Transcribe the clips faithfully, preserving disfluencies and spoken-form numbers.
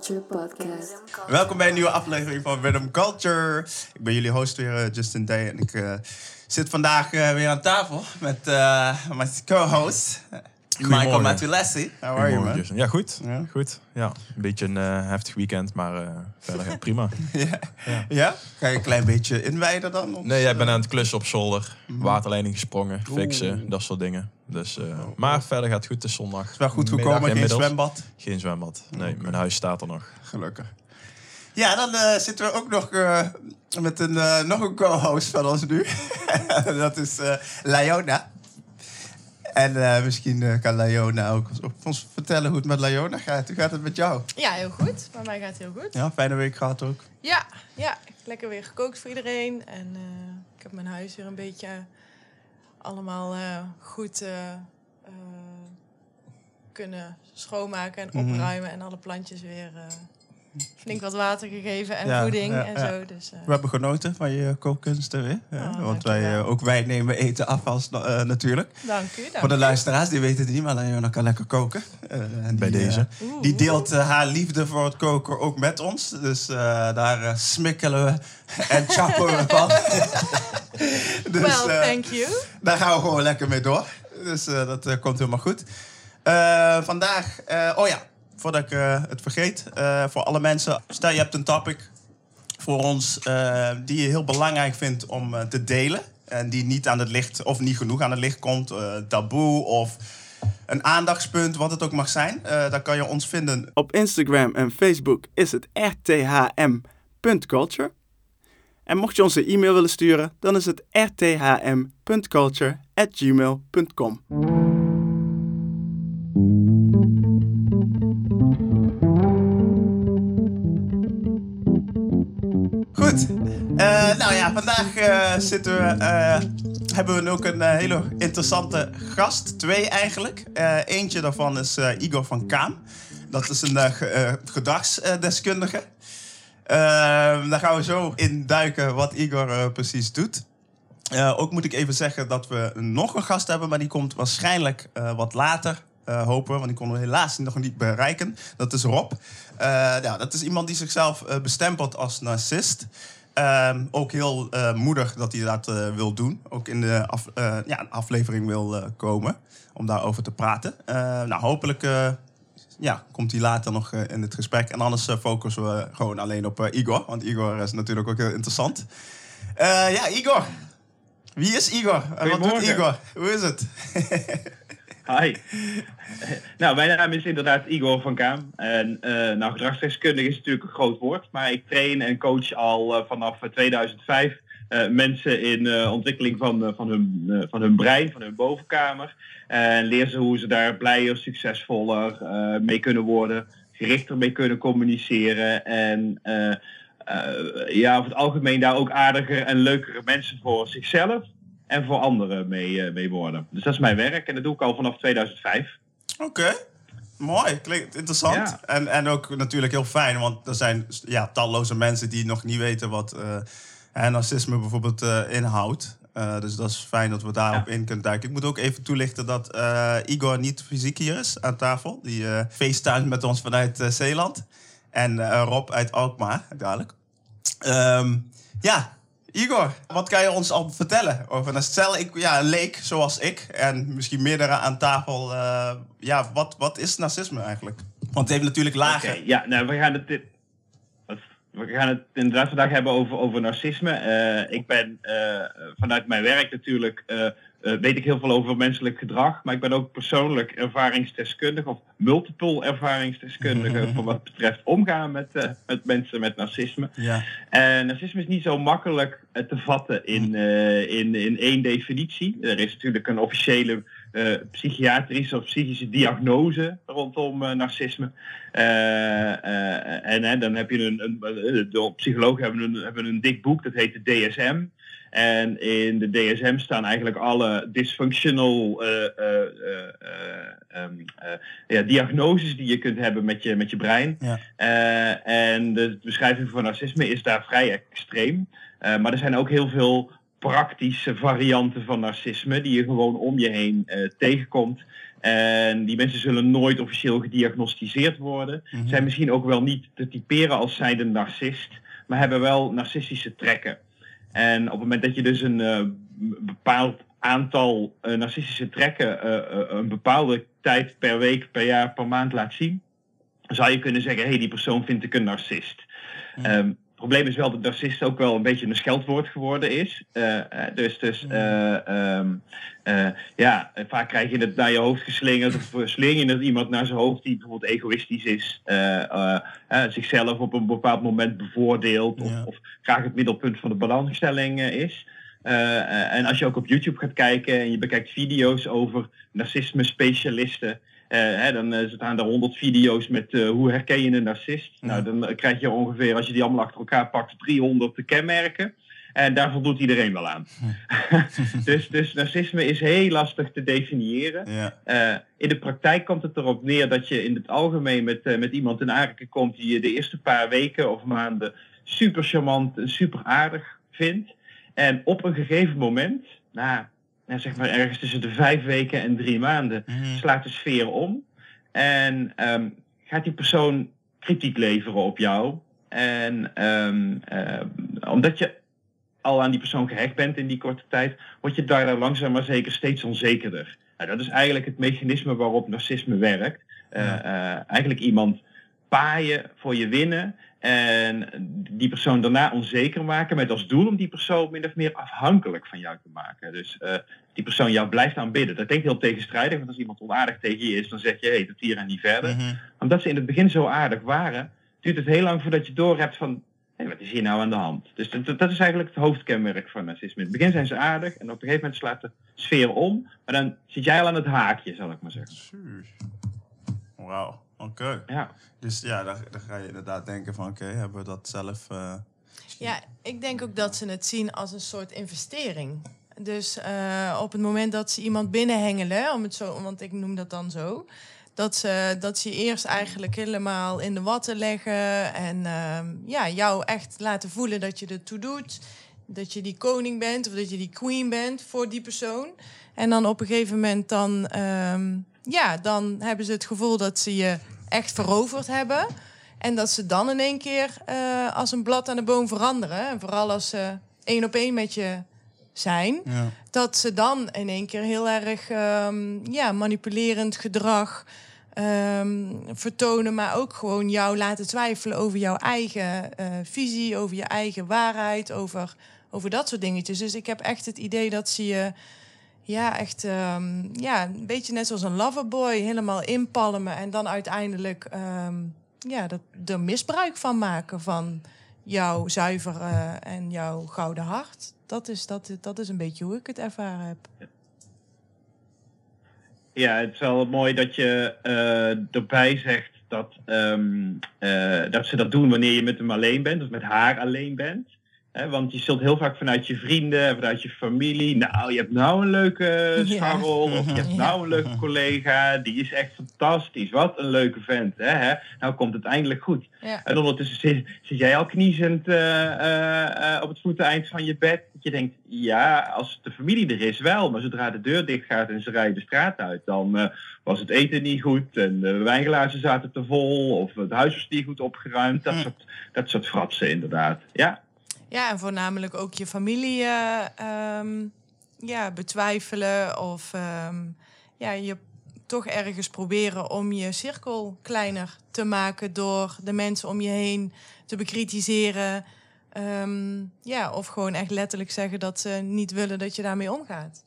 Culture Podcast. Welkom bij een nieuwe aflevering van Rhythm Culture. Ik ben jullie host weer, uh, Justin Day. En ik uh, zit vandaag uh, weer aan tafel met uh, mijn co-host, Michael Matulessi. How are you, man? Justin. Ja, goed. Ja. goed. Ja, een beetje een uh, heftig weekend, maar uh, verder gaat prima. ja. Ja? ja? Ga je een klein beetje inwijden dan? Ons? Nee, jij bent aan het klussen op zolder. Mm-hmm. Waterleiding gesprongen, fixen, Oeh. dat soort dingen. Dus, uh, oh, maar oh. verder gaat het goed, het is zondag. Het is wel goed gekomen, geen zwembad? Geen zwembad, nee, okay. Mijn huis staat er nog. Gelukkig. Ja, dan uh, zitten we ook nog uh, met een, uh, nog een co-host van ons nu. Dat is uh, Leona. En uh, misschien uh, kan Leona ook ons vertellen hoe het met Leona gaat. Hoe gaat het met jou? Ja, heel goed. Bij mij gaat het heel goed. Ja, fijne week gehad ook. Ja, ja. Lekker weer gekookt voor iedereen. En uh, ik heb mijn huis weer een beetje allemaal uh, goed uh, uh, kunnen schoonmaken en opruimen. Mm. En alle plantjes weer uh, flink wat water gegeven en ja, voeding ja, en ja. zo. Dus, uh, we hebben genoten van je kookkunsten weer. Ja, oh, want wij, uh, ook wij nemen eten af als uh, natuurlijk. Dank u. Dank voor de u. luisteraars, die weten het niet, maar Leona kan lekker koken. Uh, en die, Bij deze. Uh, die deelt uh, haar liefde voor het koken ook met ons. Dus uh, daar uh, smikkelen we en chappen we van. Dus, well, uh, thank you. Daar gaan we gewoon lekker mee door. Dus uh, dat uh, komt helemaal goed. Uh, vandaag, uh, oh ja, voordat ik uh, het vergeet, uh, voor alle mensen, stel je hebt een topic voor ons uh, die je heel belangrijk vindt om uh, te delen. En die niet aan het licht, of niet genoeg aan het licht komt, uh, taboe of een aandachtspunt, wat het ook mag zijn. Uh, dan kan je ons vinden. Op Instagram en Facebook is het r t h m punt culture. En mocht je ons een e-mail willen sturen, dan is het r t h m punt culture at gmail punt com. Goed. Uh, nou ja, vandaag uh, zitten we, uh, hebben we ook een uh, hele interessante gast. Twee eigenlijk. Uh, eentje daarvan is uh, Igor van Kaam. Dat is een uh, uh, gedragsdeskundige. Uh, daar gaan we zo in duiken wat Igor uh, precies doet. Uh, ook moet ik even zeggen dat we nog een gast hebben, maar die komt waarschijnlijk uh, wat later. Uh, hopen, want die konden we helaas nog niet bereiken. Dat is Rob. Uh, ja, dat is iemand die zichzelf uh, bestempelt als narcist. Uh, ook heel uh, moedig dat hij dat uh, wil doen. Ook in de af, uh, ja, aflevering wil uh, komen om daarover te praten. Uh, nou, hopelijk uh, ja, komt hij later nog uh, in het gesprek. En anders uh, focussen we gewoon alleen op uh, Igor. Want Igor is natuurlijk ook heel interessant. Uh, ja, Igor. Wie is Igor? En wat doet Igor? Hoe is het? Hi. Nou, mijn naam is inderdaad Igor van Kaam. En uh, nou, gedragsdeskundige is natuurlijk een groot woord, maar ik train en coach al uh, vanaf tweeduizend vijf uh, mensen in uh, ontwikkeling van, uh, van, hun, uh, van hun brein, van hun bovenkamer. En leer ze hoe ze daar blijer, succesvoller uh, mee kunnen worden, gerichter mee kunnen communiceren en uh, uh, ja, over het algemeen daar ook aardiger en leukere mensen voor zichzelf en voor anderen mee, uh, mee worden. Dus dat is mijn werk en dat doe ik al vanaf tweeduizend vijf. Oké, okay. Mooi. Klinkt interessant. Ja. En, en ook natuurlijk heel fijn, want er zijn ja, talloze mensen die nog niet weten wat uh, narcisme bijvoorbeeld uh, inhoudt. Uh, dus dat is fijn dat we daarop ja. in kunnen duiken. Ik moet ook even toelichten dat uh, Igor niet fysiek hier is aan tafel. Die uh, facetimet met ons vanuit uh, Zeeland. En uh, Rob uit Alkmaar, dadelijk. Um, ja... Igor, wat kan je ons al vertellen over een stel, ik, ja, een leek zoals ik en misschien meerdere aan tafel. Uh, ja, wat, wat is narcisme eigenlijk? Want het heeft natuurlijk lagen. Okay, ja, nou, we gaan het, we gaan het inderdaad vandaag hebben over, over narcisme. Uh, ik ben uh, vanuit mijn werk natuurlijk, uh, uh, weet ik heel veel over menselijk gedrag, maar ik ben ook persoonlijk ervaringsdeskundige of multiple ervaringsdeskundige voor wat betreft omgaan met, uh, met mensen met narcisme. Ja. En narcisme is niet zo makkelijk uh, te vatten in, uh, in, in één definitie. Er is natuurlijk een officiële uh, psychiatrische of psychische diagnose rondom uh, narcisme. Uh, uh, en uh, dan heb je een, een, een de psychologen hebben een, hebben een dik boek, dat heet de D S M. En in de D S M staan eigenlijk alle dysfunctional uh, uh, uh, um, uh, ja, diagnoses die je kunt hebben met je, met je brein. Ja. Uh, en de beschrijving van narcisme is daar vrij extreem. Uh, maar er zijn ook heel veel praktische varianten van narcisme die je gewoon om je heen uh, tegenkomt. En die mensen zullen nooit officieel gediagnosticeerd worden. Mm-hmm. Zijn misschien ook wel niet te typeren als zijnde narcist, maar hebben wel narcistische trekken. En op het moment dat je dus een uh, bepaald aantal uh, narcistische trekken uh, uh, een bepaalde tijd per week, per jaar, per maand laat zien, zou je kunnen zeggen, hé, hey, die persoon vind ik een narcist. Mm. Um, Het probleem is wel dat narcist ook wel een beetje een scheldwoord geworden is. Uh, dus dus uh, um, uh, ja, vaak krijg je het naar je hoofd geslingerd. Of sling je het iemand naar zijn hoofd die bijvoorbeeld egoïstisch is. Uh, uh, uh, zichzelf op een bepaald moment bevoordeelt. Of, ja. of graag het middelpunt van de balansstelling uh, is. Uh, uh, en als je ook op YouTube gaat kijken en je bekijkt video's over narcisme specialisten. Uh, hè, dan uh, staan er honderd video's met uh, hoe herken je een narcist. Ja. Nou, dan uh, krijg je ongeveer, als je die allemaal achter elkaar pakt, driehonderd kenmerken. En daar voldoet iedereen wel aan. Ja. dus, dus narcisme is heel lastig te definiëren. Ja. Uh, in de praktijk komt het erop neer dat je in het algemeen met, uh, met iemand in aanraking komt die je de eerste paar weken of maanden super charmant en super aardig vindt. En op een gegeven moment, nou, ja, zeg maar ergens tussen de vijf weken en drie maanden, mm-hmm. slaat de sfeer om. En um, gaat die persoon kritiek leveren op jou. En um, uh, omdat je al aan die persoon gehecht bent in die korte tijd, word je daar langzaam maar zeker steeds onzekerder. Nou, dat is eigenlijk het mechanisme waarop narcisme werkt. Uh, uh, eigenlijk iemand paaien voor je winnen en die persoon daarna onzeker maken met als doel om die persoon min of meer afhankelijk van jou te maken. Dus uh, die persoon jou blijft aanbidden. Dat klinkt heel tegenstrijdig, want als iemand onaardig tegen je is, dan zeg je, hé, hey, tot hier en niet verder. Mm-hmm. Omdat ze in het begin zo aardig waren, duurt het heel lang voordat je doorhebt van, hé, wat is hier nou aan de hand? Dus dat, dat is eigenlijk het hoofdkenmerk van narcisme. In het begin zijn ze aardig en op een gegeven moment slaat de sfeer om, maar dan zit jij al aan het haakje, zal ik maar zeggen. Wauw. Oké. Okay. Ja. Dus ja, dan, dan ga je inderdaad denken van, oké, okay, hebben we dat zelf... Uh... Ja, ik denk ook dat ze het zien als een soort investering. Dus uh, op het moment dat ze iemand binnenhengelen, om het zo, want ik noem dat dan zo, dat ze, dat ze eerst eigenlijk helemaal in de watten leggen en uh, ja, jou echt laten voelen dat je ertoe doet, dat je die koning bent of dat je die queen bent voor die persoon. En dan op een gegeven moment dan, um, ja, dan hebben ze het gevoel dat ze je echt veroverd hebben. En dat ze dan in één keer uh, als een blad aan de boom veranderen. En vooral als ze één op één met je zijn. Ja. Dat ze dan in één keer heel erg um, ja, manipulerend gedrag um, vertonen. Maar ook gewoon jou laten twijfelen over jouw eigen uh, visie. Over je eigen waarheid. Over, over dat soort dingetjes. Dus ik heb echt het idee dat ze je... Ja, echt um, ja, een beetje net zoals een loverboy. Helemaal inpalmen en dan uiteindelijk um, ja, dat, er misbruik van maken van jouw zuiver uh, en jouw gouden hart. Dat is, dat, dat is een beetje hoe ik het ervaren heb. Ja, het is wel mooi dat je uh, erbij zegt dat, um, uh, dat ze dat doen wanneer je met hem alleen bent of met haar alleen bent. He, want je zult heel vaak vanuit je vrienden, vanuit je familie, nou, je hebt nou een leuke scharrel, ja. of je hebt nou een leuke collega, die is echt fantastisch, wat een leuke vent. Hè, hè? Nou komt het eindelijk goed. Ja. En ondertussen zit, zit jij al kniezend uh, uh, uh, op het voeteneind van je bed. Dat je denkt, ja, als de familie er is wel, maar zodra de deur dicht gaat en ze rijden de straat uit, dan uh, was het eten niet goed en de wijnglazen zaten te vol of het huis was niet goed opgeruimd. Dat, hm. soort, dat soort fratsen inderdaad, ja. Ja, en voornamelijk ook je familie uh, um, ja, betwijfelen of um, ja, je toch ergens proberen om je cirkel kleiner te maken door de mensen om je heen te bekritiseren. Um, ja, of gewoon echt letterlijk zeggen dat ze niet willen dat je daarmee omgaat.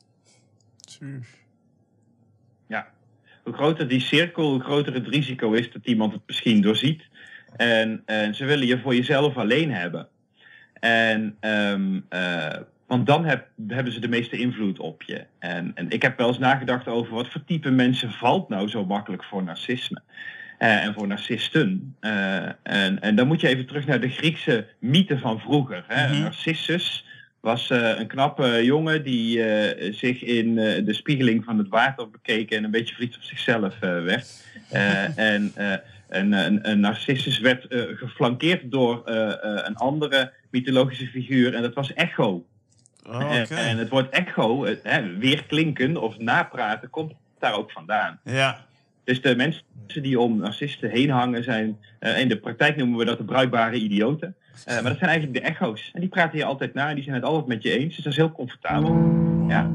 Ja, hoe groter die cirkel, hoe groter het risico is dat iemand het misschien doorziet. En, en ze willen je voor jezelf alleen hebben. En, um, uh, want dan heb, hebben ze de meeste invloed op je. En, en ik heb wel eens nagedacht over wat voor type mensen valt nou zo makkelijk voor narcisme. Uh, en voor narcisten. Uh, en, en dan moet je even terug naar de Griekse mythe van vroeger. Hè. Mm-hmm. Narcissus was uh, een knappe jongen die uh, zich in uh, de spiegeling van het water bekeek en een beetje verliefd op zichzelf uh, werd. Uh, en... Uh, En een, een Narcissus werd uh, geflankeerd door uh, uh, een andere mythologische figuur en dat was Echo. Oh, oké. En, en het woord echo, het, hè, weerklinken of napraten, komt daar ook vandaan. Ja. Dus de mensen die om narcisten heen hangen zijn, uh, in de praktijk noemen we dat de bruikbare idioten. Uh, maar dat zijn eigenlijk de echo's. En die praten je altijd na, die zijn het altijd met je eens. Dus dat is heel comfortabel. Ja.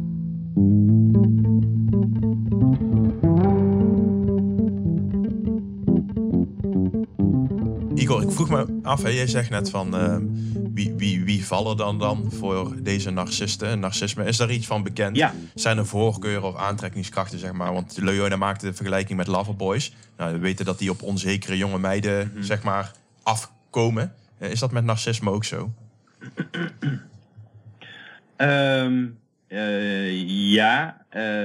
Igor, ik vroeg me af, hè, jij zegt net van uh, wie, wie, wie vallen dan dan voor deze narcisten, narcisme? Is daar iets van bekend? Ja. Zijn er voorkeuren of aantrekkingskrachten, zeg maar? Want Leona maakte de vergelijking met loverboys. Nou, we weten dat die op onzekere jonge meiden, mm-hmm. zeg maar, afkomen. Uh, is dat met narcisme ook zo? Um, uh, ja,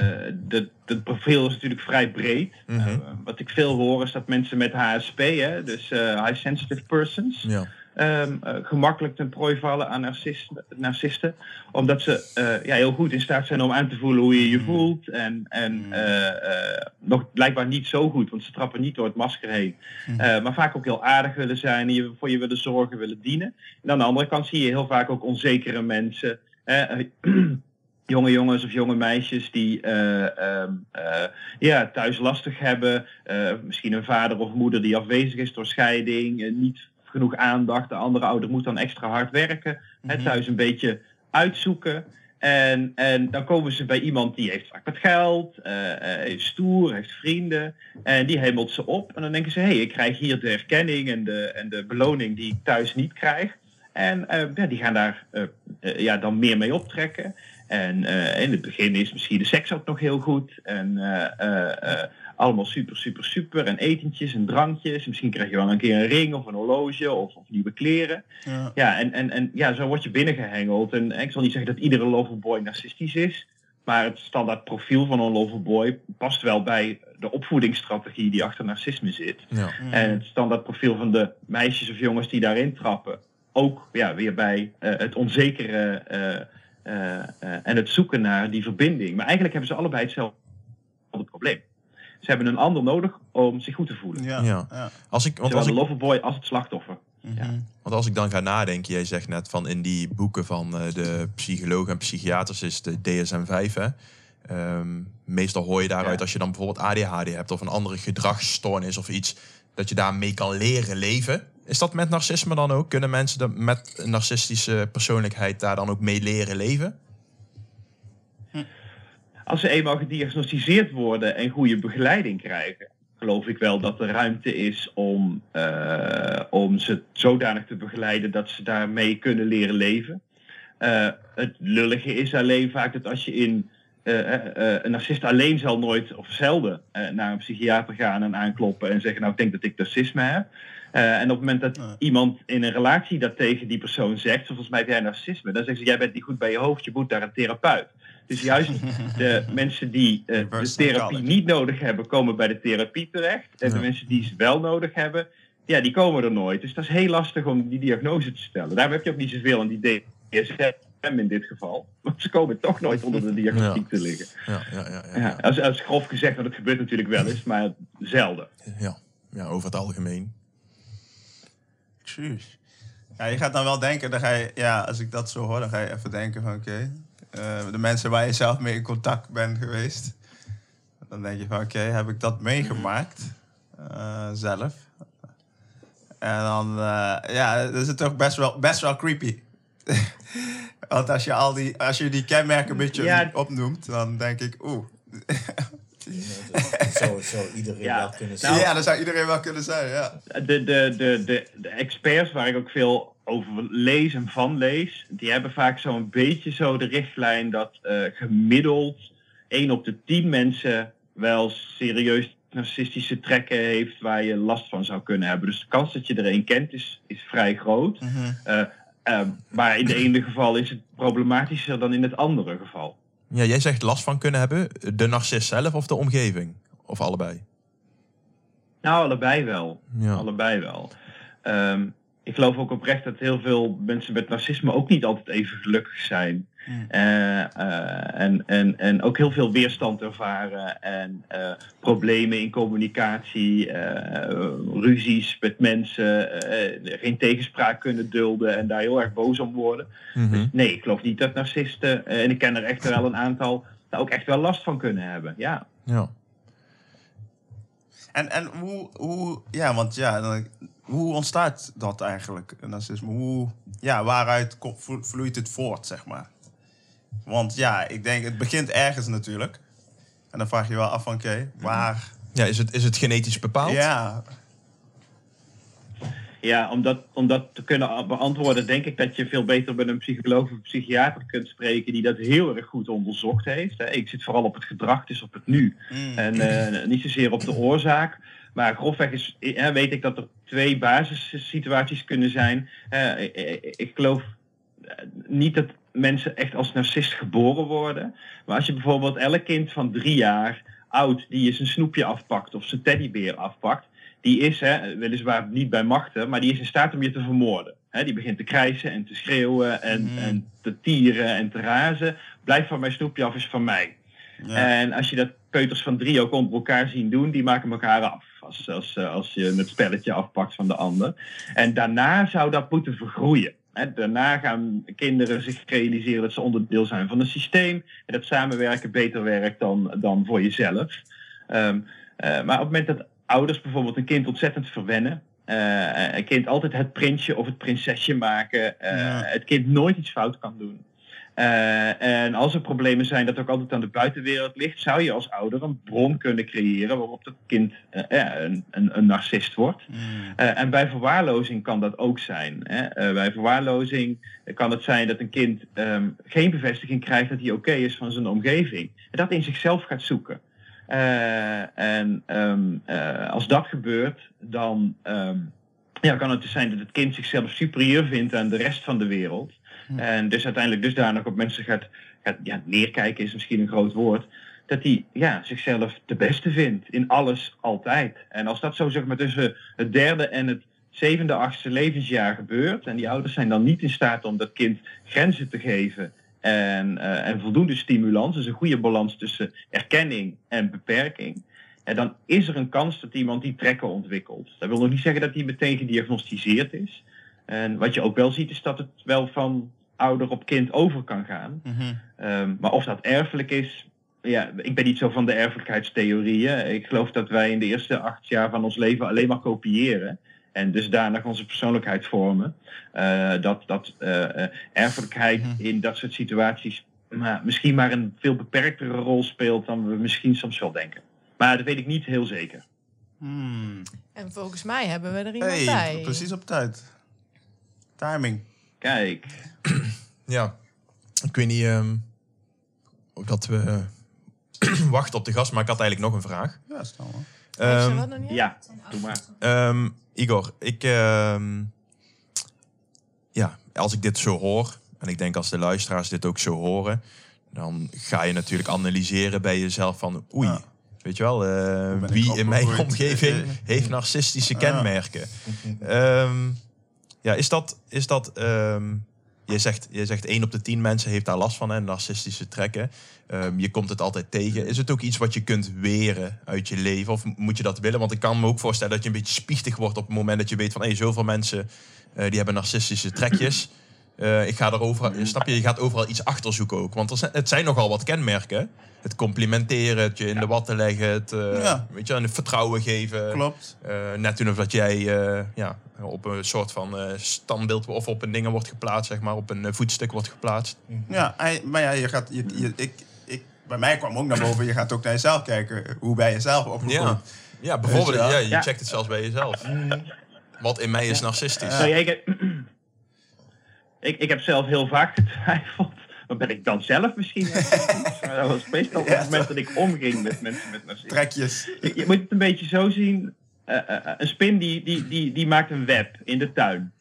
het uh, profiel is natuurlijk vrij breed. Mm-hmm. Uh, wat ik veel hoor is dat mensen met H S P, hè, dus uh, high sensitive persons, ja. um, uh, gemakkelijk ten prooi vallen aan narcisten, narcisten. Omdat ze uh, ja, heel goed in staat zijn om aan te voelen hoe je je voelt. En, en uh, uh, nog blijkbaar niet zo goed, want ze trappen niet door het masker heen. Uh, maar vaak ook heel aardig willen zijn en je, voor je willen zorgen, willen dienen. En aan de andere kant zie je heel vaak ook onzekere mensen. Uh, jonge jongens of jonge meisjes die uh, uh, uh, ja, thuis lastig hebben. Uh, misschien een vader of moeder die afwezig is door scheiding. Uh, niet genoeg aandacht. De andere ouder moet dan extra hard werken. Mm-hmm. Hè, thuis een beetje uitzoeken. En, en dan komen ze bij iemand die heeft vaak wat geld. Uh, uh, is stoer, heeft vrienden. En die hemelt ze op. En dan denken ze, hé, hey, ik krijg hier de erkenning en de, en de beloning die ik thuis niet krijg. En uh, ja, die gaan daar uh, uh, ja, dan meer mee optrekken. En uh, in het begin is misschien de seks ook nog heel goed. En uh, uh, uh, allemaal super, super, super. En etentjes en drankjes. Misschien krijg je wel een keer een ring of een horloge of, of nieuwe kleren. Ja, ja en, en, en ja, zo word je binnengehengeld. En, en ik zal niet zeggen dat iedere loverboy narcistisch is. Maar het standaard profiel van een loverboy past wel bij de opvoedingsstrategie die achter narcisme zit. Ja. Mm. En het standaard profiel van de meisjes of jongens die daarin trappen. Ook ja, weer bij uh, het onzekere uh, uh, uh, en het zoeken naar die verbinding. Maar eigenlijk hebben ze allebei hetzelfde probleem. Ze hebben een ander nodig om zich goed te voelen. Ja. Ja. Ja. Als ik, want Zowel als ik... de loverboy als het slachtoffer. Mm-hmm. Ja. Want als ik dan ga nadenken, jij zegt net van in die boeken van uh, de psychologen en psychiaters is de D S M vijf. Hè? Um, meestal hoor je daaruit ja. als je dan bijvoorbeeld A D H D hebt of een andere gedragsstoornis of iets, dat je daarmee kan leren leven. Is dat met narcisme dan ook? Kunnen mensen met een narcistische persoonlijkheid daar dan ook mee leren leven? Als ze eenmaal gediagnosticeerd worden en goede begeleiding krijgen, geloof ik wel dat er ruimte is om, uh, om ze zodanig te begeleiden dat ze daarmee kunnen leren leven. Uh, het lullige is alleen vaak dat als je in uh, uh, een narcist alleen zal nooit of zelden uh, naar een psychiater gaan en aankloppen en zeggen, nou ik denk dat ik narcisme heb. Uh, en op het moment dat ja. iemand in een relatie dat tegen die persoon zegt, volgens mij heb jij narcisme, dan zeggen ze, jij bent niet goed bij je hoofd, je moet naar een therapeut. Dus juist de mensen die uh, de therapie niet nodig hebben, komen bij de therapie terecht. En de ja. mensen die ze wel nodig hebben, ja, die komen er nooit. Dus dat is heel lastig om die diagnose te stellen. Daarom heb je ook niet zoveel aan die D S M in dit geval. Want ze komen toch nooit onder de diagnostiek ja. te liggen. Ja, ja, ja, ja, ja. Ja, als, als grof gezegd, want het gebeurt natuurlijk wel eens, maar zelden. Ja, ja, over het algemeen. Tjus. Ja, je gaat dan wel denken, dan ga je, ja, als ik dat zo hoor, dan ga je even denken van oké, okay, uh, de mensen waar je zelf mee in contact bent geweest, dan denk je van oké, okay, heb ik dat meegemaakt uh, zelf? En dan, uh, ja, dat is toch best wel, best wel creepy. Want als je, al die, als je die kenmerken een beetje ja. opnoemt, dan denk ik, oeh. Zo zou iedereen ja. wel kunnen zijn. Nou, ja, dat zou iedereen wel kunnen zijn, ja. De, de, de, de, de experts waar ik ook veel over lees en van lees, die hebben vaak zo'n beetje zo de richtlijn dat uh, gemiddeld één op de tien mensen wel serieus narcistische trekken heeft waar je last van zou kunnen hebben. Dus de kans dat je er een kent is, is vrij groot. Mm-hmm. Uh, uh, maar in de ene geval is het problematischer dan in het andere geval. Ja, jij zegt last van kunnen hebben, de narcist zelf of de omgeving? Of allebei? Nou, allebei wel. Ja. Allebei wel. Um, ik geloof ook oprecht dat heel veel mensen met narcisme ook niet altijd even gelukkig zijn. Mm. Uh, uh, en, en, en ook heel veel weerstand ervaren en uh, problemen in communicatie, uh, ruzies met mensen, uh, geen tegenspraak kunnen dulden en daar heel erg boos om worden. Mm-hmm. Dus nee, ik geloof niet dat narcisten, uh, en ik ken er echt wel een aantal, daar ook echt wel last van kunnen hebben. Ja. Ja. En, en hoe, hoe, ja, want ja, hoe ontstaat dat eigenlijk, narcisme? Hoe, ja, waaruit vloeit het voort, zeg maar? Want ja, ik denk, het begint ergens natuurlijk. En dan vraag je wel af van, oké, okay, waar... Ja, is het, is het genetisch bepaald? Ja. Ja, om dat, om dat te kunnen beantwoorden, denk ik dat je veel beter met een psycholoog of psychiater kunt spreken die dat heel erg goed onderzocht heeft. Ik zit vooral op het gedrag, dus op het nu. Mm. En uh, niet zozeer op de oorzaak. Maar grofweg is, uh, weet ik dat er twee basissituaties kunnen zijn. Uh, ik, ik geloof niet dat mensen echt als narcist geboren worden. Maar als je bijvoorbeeld elk kind van drie jaar oud die je zijn snoepje afpakt of zijn teddybeer afpakt, die is, hè, weliswaar niet bij machten, maar die is in staat om je te vermoorden. Hè, die begint te krijsen en te schreeuwen en, mm. en te tieren en te razen. Blijf van mijn snoepje af, is van mij. Ja. En als je dat peuters van drie ook onder elkaar zien doen, die maken elkaar af. Als, als, als je het spelletje afpakt van de ander. En daarna zou dat moeten vergroeien. He, daarna gaan kinderen zich realiseren dat ze onderdeel zijn van een systeem. En dat samenwerken beter werkt dan, dan voor jezelf. Um, uh, maar op het moment dat ouders bijvoorbeeld een kind ontzettend verwennen. Uh, een kind altijd het prinsje of het prinsesje maken. Uh, ja. Het kind nooit iets fout kan doen. Uh, en als er problemen zijn dat ook altijd aan de buitenwereld ligt, zou je als ouder een bron kunnen creëren waarop het kind uh, uh, een, een, een narcist wordt. Mm. Uh, en bij verwaarlozing kan dat ook zijn. Hè. Uh, bij verwaarlozing kan het zijn dat een kind um, geen bevestiging krijgt dat hij oké okay is van zijn omgeving. En dat in zichzelf gaat zoeken. Uh, en um, uh, als dat gebeurt, dan um, ja, kan het dus zijn dat het kind zichzelf superieur vindt aan de rest van de wereld. Hmm. En dus uiteindelijk dusdanig op mensen gaat, gaat ja, neerkijken is misschien een groot woord, dat hij ja, zichzelf de beste vindt in alles, altijd. En als dat zo zeg maar tussen het derde en het zevende, achtste levensjaar gebeurt, en die ouders zijn dan niet in staat om dat kind grenzen te geven en, uh, en voldoende stimulans, dus een goede balans tussen erkenning en beperking, en dan is er een kans dat iemand die trekken ontwikkelt. Dat wil nog niet zeggen dat hij meteen gediagnosticeerd is. En wat je ook wel ziet is dat het wel van ouder op kind over kan gaan. Mm-hmm. Um, maar of dat erfelijk is, ja, ik ben niet zo van de erfelijkheidstheorieën. Ik geloof dat wij in de eerste acht jaar van ons leven alleen maar kopiëren. En dusdanig onze persoonlijkheid vormen. Uh, dat dat uh, erfelijkheid mm-hmm. in dat soort situaties maar misschien maar een veel beperktere rol speelt dan we misschien soms wel denken. Maar dat weet ik niet heel zeker. Hmm. En volgens mij hebben we er iemand hey, bij. Precies op tijd. Timing. Kijk. Ja, ik weet niet um, ook dat we wachten op de gast, maar ik had eigenlijk nog een vraag. Ja, stel maar. Um, wat nog niet? Ja, doe maar. Um, Igor, ik, um, ja, als ik dit zo hoor, en ik denk als de luisteraars dit ook zo horen, dan ga je natuurlijk analyseren bij jezelf van oei, ja. Weet je wel, uh, wie in mijn omgeving heeft narcistische kenmerken. Um, ja, is dat, is dat um, je zegt, je zegt één op de tien mensen heeft daar last van, hè, narcistische trekken. Um, je komt het altijd tegen. Is het ook iets wat je kunt weren uit je leven? Of moet je dat willen? Want ik kan me ook voorstellen dat je een beetje spiechtig wordt op het moment dat je weet van, hé, hey, zoveel mensen uh, die hebben narcistische trekjes. Uh, ik ga er overal, snap je, je gaat overal iets achter zoeken ook. Want er zijn, het zijn nogal wat kenmerken. Het complimenteren, het je in de watten leggen, het, uh, ja. weet je, het vertrouwen geven. Klopt. Uh, net toen of dat jij uh, ja, op een soort van uh, standbeeld of op een ding wordt geplaatst, zeg maar, op een uh, voetstuk wordt geplaatst. Ja, maar ja, je gaat, je, je, ik, ik, bij mij kwam ook naar boven, je gaat ook naar jezelf kijken, hoe bij jezelf opgevoed. Ja, ja bijvoorbeeld, ja, je ja. checkt het zelfs bij jezelf. Wat in mij is ja. narcistisch. Ja. Ja, ik, ik, ik heb zelf heel vaak getwijfeld. Wat ben ik dan zelf misschien? Maar dat was meestal op het moment dat ik omging met mensen met narcisme. Trekjes. Je, je moet het een beetje zo zien. Uh, uh, een spin die, die, die, die maakt een web in de tuin.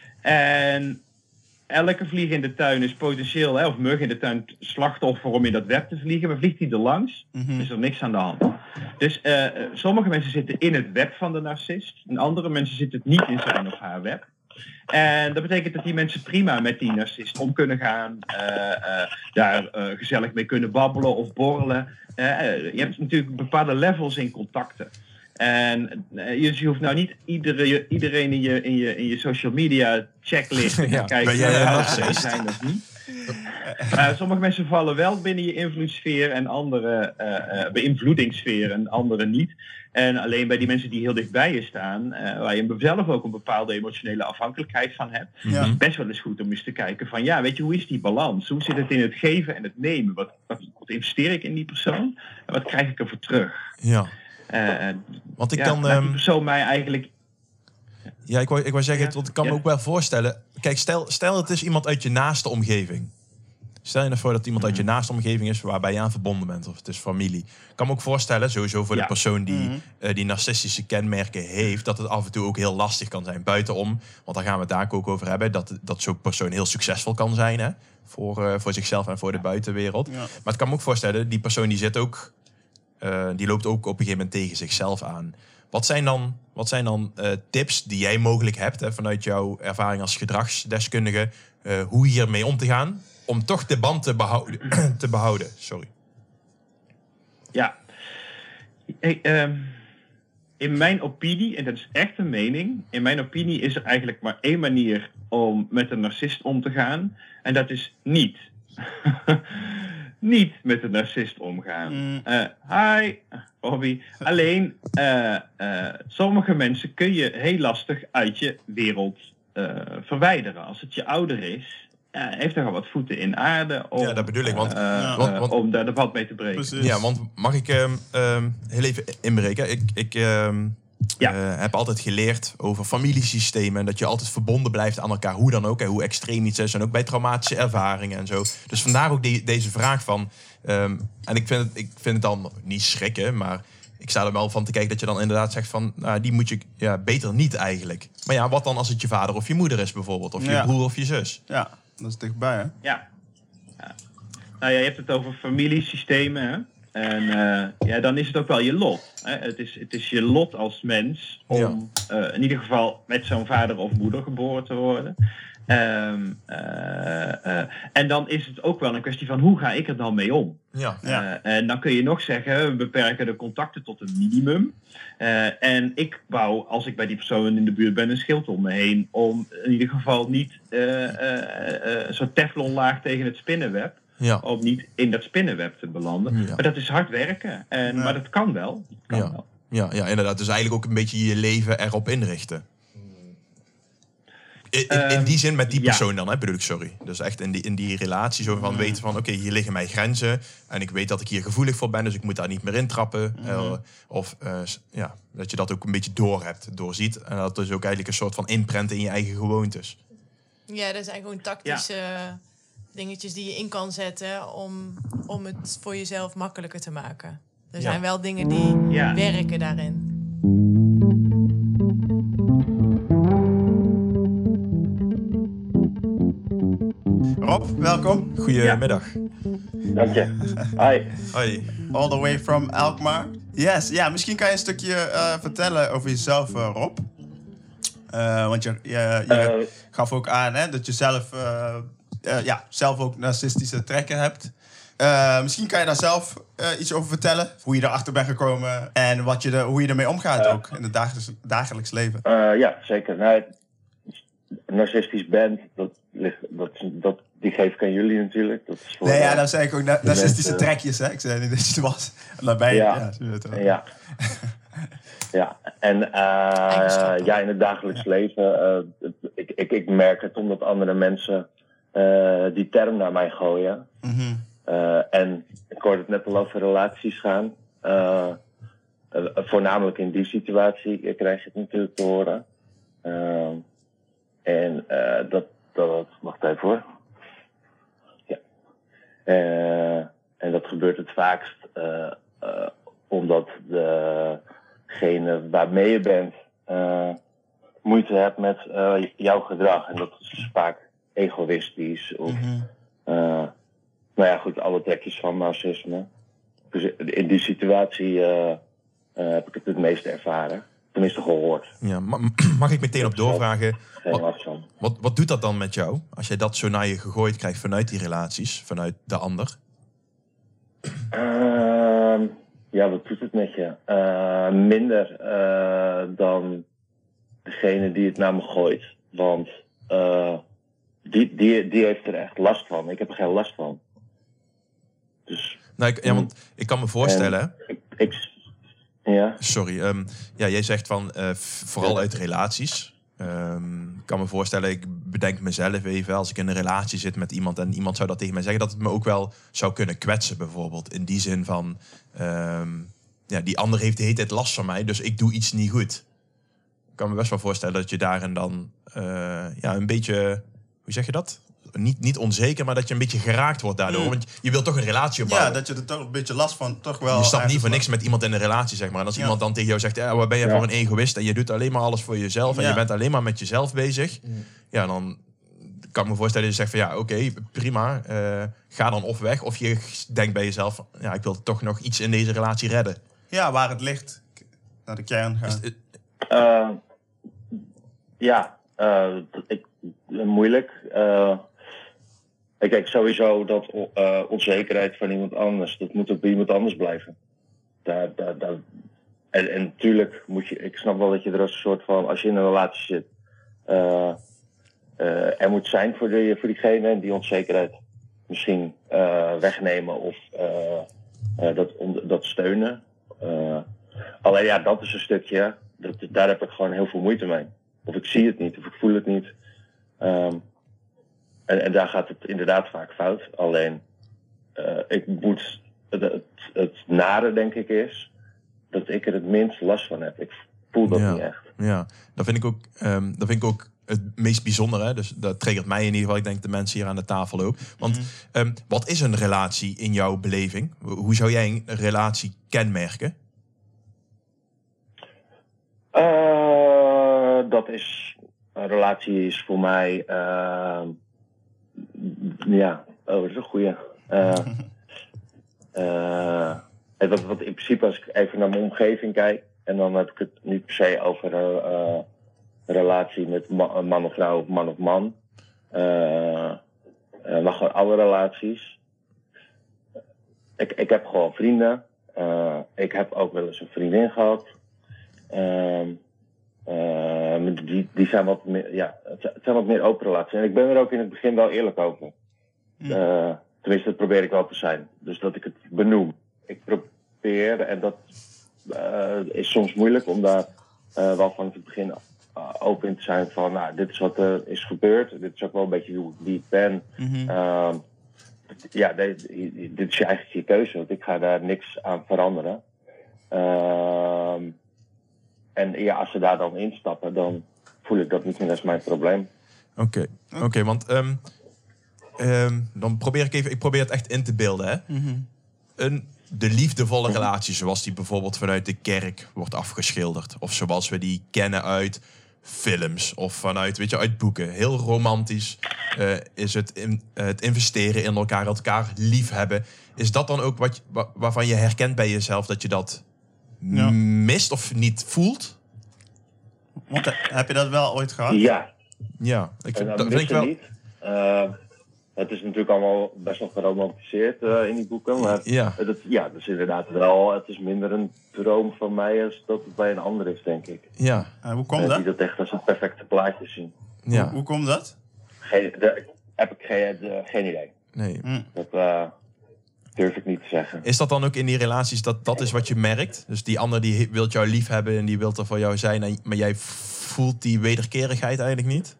En elke vlieg in de tuin is potentieel, hè, of mug in de tuin, slachtoffer om in dat web te vliegen. Maar vliegt hij er langs, mm-hmm. is er niks aan de hand. Dus uh, sommige mensen zitten in het web van de narcist. En andere mensen zitten niet in zijn of haar web. En dat betekent dat die mensen prima met die narcist om kunnen gaan. Uh, uh, daar uh, gezellig mee kunnen babbelen of borrelen. Uh, uh, je hebt natuurlijk bepaalde levels in contacten. En uh, je hoeft nou niet iedere, iedereen in je, in, je, in je social media checklist te ja, kijken. Ben jij een narcist? Zijn dat niet? Uh, sommige mensen vallen wel binnen je invloedssfeer en andere uh, uh, beïnvloedingssfeer en andere niet. En alleen bij die mensen die heel dichtbij je staan, uh, waar je zelf ook een bepaalde emotionele afhankelijkheid van hebt, Ja. is het best wel eens goed om eens te kijken van ja, weet je, hoe is die balans? Hoe zit het in het geven en het nemen? Wat, wat, wat investeer ik in die persoon en wat krijg ik ervoor terug? Ja. Uh, Want ik ja, kan... laat die Um, persoon mij eigenlijk... ja, ik wou, ik wou zeggen, Ja. want ik kan me Ja. ook wel voorstellen... Kijk, stel, stel het is iemand uit je naaste omgeving. Stel je nou voor dat iemand uit je naaste omgeving is waarbij je aan verbonden bent, of het is familie. Ik kan me ook voorstellen, sowieso voor Ja. de persoon die, Mhm. uh, die narcistische kenmerken heeft, dat het af en toe ook heel lastig kan zijn buitenom. Want daar gaan we het daar ook over hebben, dat, dat zo'n persoon heel succesvol kan zijn, hè, voor, uh, voor zichzelf en voor de buitenwereld. Ja. Maar het kan me ook voorstellen, die persoon die zit ook, uh, die loopt ook op een gegeven moment tegen zichzelf aan. Wat zijn dan, wat zijn dan uh, tips die jij mogelijk hebt, hè, vanuit jouw ervaring als gedragsdeskundige, uh, hoe hiermee om te gaan? Om toch de band te behouden. te behouden. Sorry. Ja. Hey, um, in mijn opinie, en dat is echt een mening, in mijn opinie is er eigenlijk maar één manier om met een narcist om te gaan. En dat is niet. niet met een narcist omgaan. Mm. Uh, hi, Robbie. Alleen, uh, uh, sommige mensen kun je heel lastig uit je wereld uh, verwijderen. Als het je ouder is, ja, heeft er al wat voeten in aarde om, Ja, dat bedoel ik, want- uh, Ja. uh, want- want- om daar de band mee te breken. Precies. Ja, want mag ik um, um, heel even inbreken? Ik, ik um, Ja. uh, heb altijd geleerd over familiesystemen. En dat je altijd verbonden blijft aan elkaar. Hoe dan ook. Hè, hoe extreem iets is. En ook bij traumatische ervaringen en zo. Dus vandaar ook die, deze vraag van... Um, en ik vind, het, ik vind het dan niet schrikken. Maar ik sta er wel van te kijken dat je dan inderdaad zegt van... Nou, die moet je ja, beter niet eigenlijk. Maar ja, wat dan als het je vader of je moeder is bijvoorbeeld? Of je Ja. broer of je zus? Ja, dat is dichtbij, hè? Ja. ja. Nou ja, je hebt het over familiesystemen. Hè? En uh, ja, dan is het ook wel je lot. Hè? Het, is, het is je lot als mens om ja. uh, in ieder geval met zo'n vader of moeder geboren te worden. Um, uh, uh, en dan is het ook wel een kwestie van hoe ga ik er dan mee om? Ja. Ja. Uh, en dan kun je nog zeggen, we beperken de contacten tot een minimum. Uh, en ik bouw, als ik bij die persoon in de buurt ben, een schild om me heen. Om in ieder geval niet uh, uh, uh, zo'n teflonlaag tegen het spinnenweb. Ja. Om niet in dat spinnenweb te belanden. Ja. Maar dat is hard werken. En, Ja. Maar dat kan wel. Dat kan Ja. wel. Ja, ja, inderdaad. Dus eigenlijk ook een beetje je leven erop inrichten. In, in, in die zin met die Ja. persoon dan, hè, bedoel ik, sorry. Dus echt in die, in die relatie zo van weten van... oké, hier liggen mijn grenzen. En ik weet dat ik hier gevoelig voor ben, dus ik moet daar niet meer intrappen. Mhm. Uh, of uh, ja, dat je dat ook een beetje door hebt, doorziet. En dat is ook eigenlijk een soort van inprenten in je eigen gewoontes. Ja, dat zijn gewoon tactische dingetjes die je in kan zetten om, om het voor jezelf makkelijker te maken. Er Ja. zijn wel dingen die Ja. werken daarin. Rob, welkom. Goedemiddag. Dank je. Hi. Hoi. All the way from Alkmaar. Yes, ja, misschien kan je een stukje uh, vertellen over jezelf, uh, Rob. Uh, want je, je, je Uh, gaf ook aan hè, dat je zelf, uh, uh, ja, zelf ook narcistische trekken hebt. Uh, misschien kan je daar zelf uh, iets over vertellen. Hoe je erachter bent gekomen en wat je er, hoe je ermee omgaat Uh. ook in het dagelijks, dagelijks leven. uh, ja, zeker. Nou, narcistisch bent, dat, ligt- dat, dat, die geef ik aan jullie natuurlijk. Dat is voor, Nee, ja, uh, dan zei ik ook na- narcistische mensen- trekjes. Hè? Ik zei niet dat je het was. En daarbij, Ja. ja, je weet het wel. Ja. Ja, en uh, Eigenschappen. ja, in het dagelijks leven, uh, het- ik, ik, ik merk het omdat andere mensen uh, die term naar mij gooien. Mhm. Uh, en ik hoorde het net al over relaties gaan. Uh, uh, voornamelijk in die situatie krijg je het natuurlijk te horen. Uh, en uh, dat, dat... Wacht even hoor. Ja. Uh, en dat gebeurt het vaakst uh, uh, omdat degene waarmee je bent uh, moeite hebt met uh, jouw gedrag. En dat is vaak egoïstisch of... Mhm. Uh, nou ja, goed, alle trekjes van narcisme. Dus in die situatie uh, uh, heb ik het het meest ervaren. tenminste gehoord. Ja, mag ik meteen op doorvragen? Geen last van. Wat, wat doet dat dan met jou? Als jij dat zo naar je gegooid krijgt vanuit die relaties, vanuit de ander? Uh, ja, wat doet het met je? Uh, minder uh, dan degene die het naar me gooit. Want uh, die, die, die heeft er echt last van. Ik heb er geen last van. Dus, nou, ik, ja, want ik kan me voorstellen... Ik, ik, ja? Sorry. Um, ja, jij zegt van uh, vooral uit relaties. Um, ik kan me voorstellen, ik bedenk mezelf even... als ik in een relatie zit met iemand en iemand zou dat tegen mij zeggen... dat het me ook wel zou kunnen kwetsen bijvoorbeeld. In die zin van... Um, ja, die ander heeft de hele tijd last van mij, dus ik doe iets niet goed. Ik kan me best wel voorstellen dat je daarin dan... Uh, ja, een beetje... Hoe zeg je dat? Niet, niet onzeker, maar dat je een beetje geraakt wordt daardoor. Mm. Want je wilt toch een relatie opbouwen. Ja, dat je er toch een beetje last van toch wel... Je stapt niet voor niks met iemand in een relatie, zeg maar. En als ja. iemand dan tegen jou zegt, ja, wat ben je ja. voor een egoïst... en je doet alleen maar alles voor jezelf... en ja. je bent alleen maar met jezelf bezig... Mm. ja, dan kan ik me voorstellen dat je zegt van... ja, oké, okay, prima, uh, ga dan of weg... of je denkt bij jezelf... ja, ik wil toch nog iets in deze relatie redden. Ja, waar het ligt. Naar de kern gaan. Het, uh, ja, uh, ik, moeilijk... Uh, Ik denk sowieso dat uh, onzekerheid van iemand anders, dat moet ook bij iemand anders blijven. Daar, daar, daar. En, en natuurlijk moet je, ik snap wel dat je er als een soort van, als je in een relatie zit, uh, uh, er moet zijn voor, de, voor diegene en die onzekerheid misschien uh, wegnemen of uh, uh, dat, on, dat steunen. Uh, alleen ja, dat is een stukje, dat, daar heb ik gewoon heel veel moeite mee. Of ik zie het niet, of ik voel het niet. Um, En, en daar gaat het inderdaad vaak fout. Alleen, uh, ik moet, het, het, het nare denk ik is, dat ik er het minst last van heb. Ik voel dat ja, niet echt. Ja, dat vind ik ook, um, dat vind ik ook het meest bijzondere. Dus dat triggert mij in ieder geval. Ik denk de mensen hier aan de tafel ook. Want mm-hmm. um, wat is een relatie in jouw beleving? Hoe zou jij een relatie kenmerken? Uh, dat is, een relatie is voor mij... Uh, Ja, oh, dat is een goeie. Uh, uh, wat, wat in principe, als ik even naar mijn omgeving kijk, en dan heb ik het niet per se over een uh, relatie met ma- man of vrouw of man of man. Uh, uh, maar gewoon alle relaties. Ik, ik heb gewoon vrienden. Uh, ik heb ook wel eens een vriendin gehad. Uh, Uh, die, die zijn wat meer, ja, het zijn wat meer open relaties. En ik ben er ook in het begin wel eerlijk over. Uh, tenminste, dat probeer ik wel te zijn. Dus dat ik het benoem. Ik probeer, en dat uh, is soms moeilijk om daar uh, wel van het begin uh, open in te zijn van, nou, dit is wat er is gebeurd. Dit is ook wel een beetje hoe wie ik ben. Mm-hmm. Uh, ja, dit, dit is eigenlijk je keuze, want ik ga daar niks aan veranderen. Uh, En ja, als ze daar dan instappen, dan voel ik dat niet meer als mijn probleem. Oké, okay. Oké, okay, want um, um, dan probeer ik even, ik probeer het echt in te beelden. Hè? Mm-hmm. Een, de liefdevolle relatie, zoals die bijvoorbeeld vanuit de kerk wordt afgeschilderd. Of zoals we die kennen uit films of vanuit, weet je, uit boeken. Heel romantisch uh, is het, in, uh, het investeren in elkaar, elkaar liefhebben. Is dat dan ook wat, wa- waarvan je herkent bij jezelf dat je dat... Ja. mist of niet voelt? Want, heb je dat wel ooit gehad? Ja. Ja, ik vind, dat dat vind ik wel... niet. Uh, het is natuurlijk allemaal best wel geromantiseerd uh, in die boeken. Maar ja. Het, ja, het is inderdaad wel... Het is minder een droom van mij als dat het bij een ander is, denk ik. Ja. Uh, hoe komt uh, dat? Die dat echt als een perfecte plaatje zien. Ja. Hoe, hoe komt dat? Geen, de, heb ik geen, de, geen idee. Nee. Mm. Dat... Uh, durf ik niet te zeggen. Is dat dan ook in die relaties dat dat is wat je merkt? Dus die ander die wil jou lief hebben en die wil er voor jou zijn, en, maar jij voelt die wederkerigheid eigenlijk niet?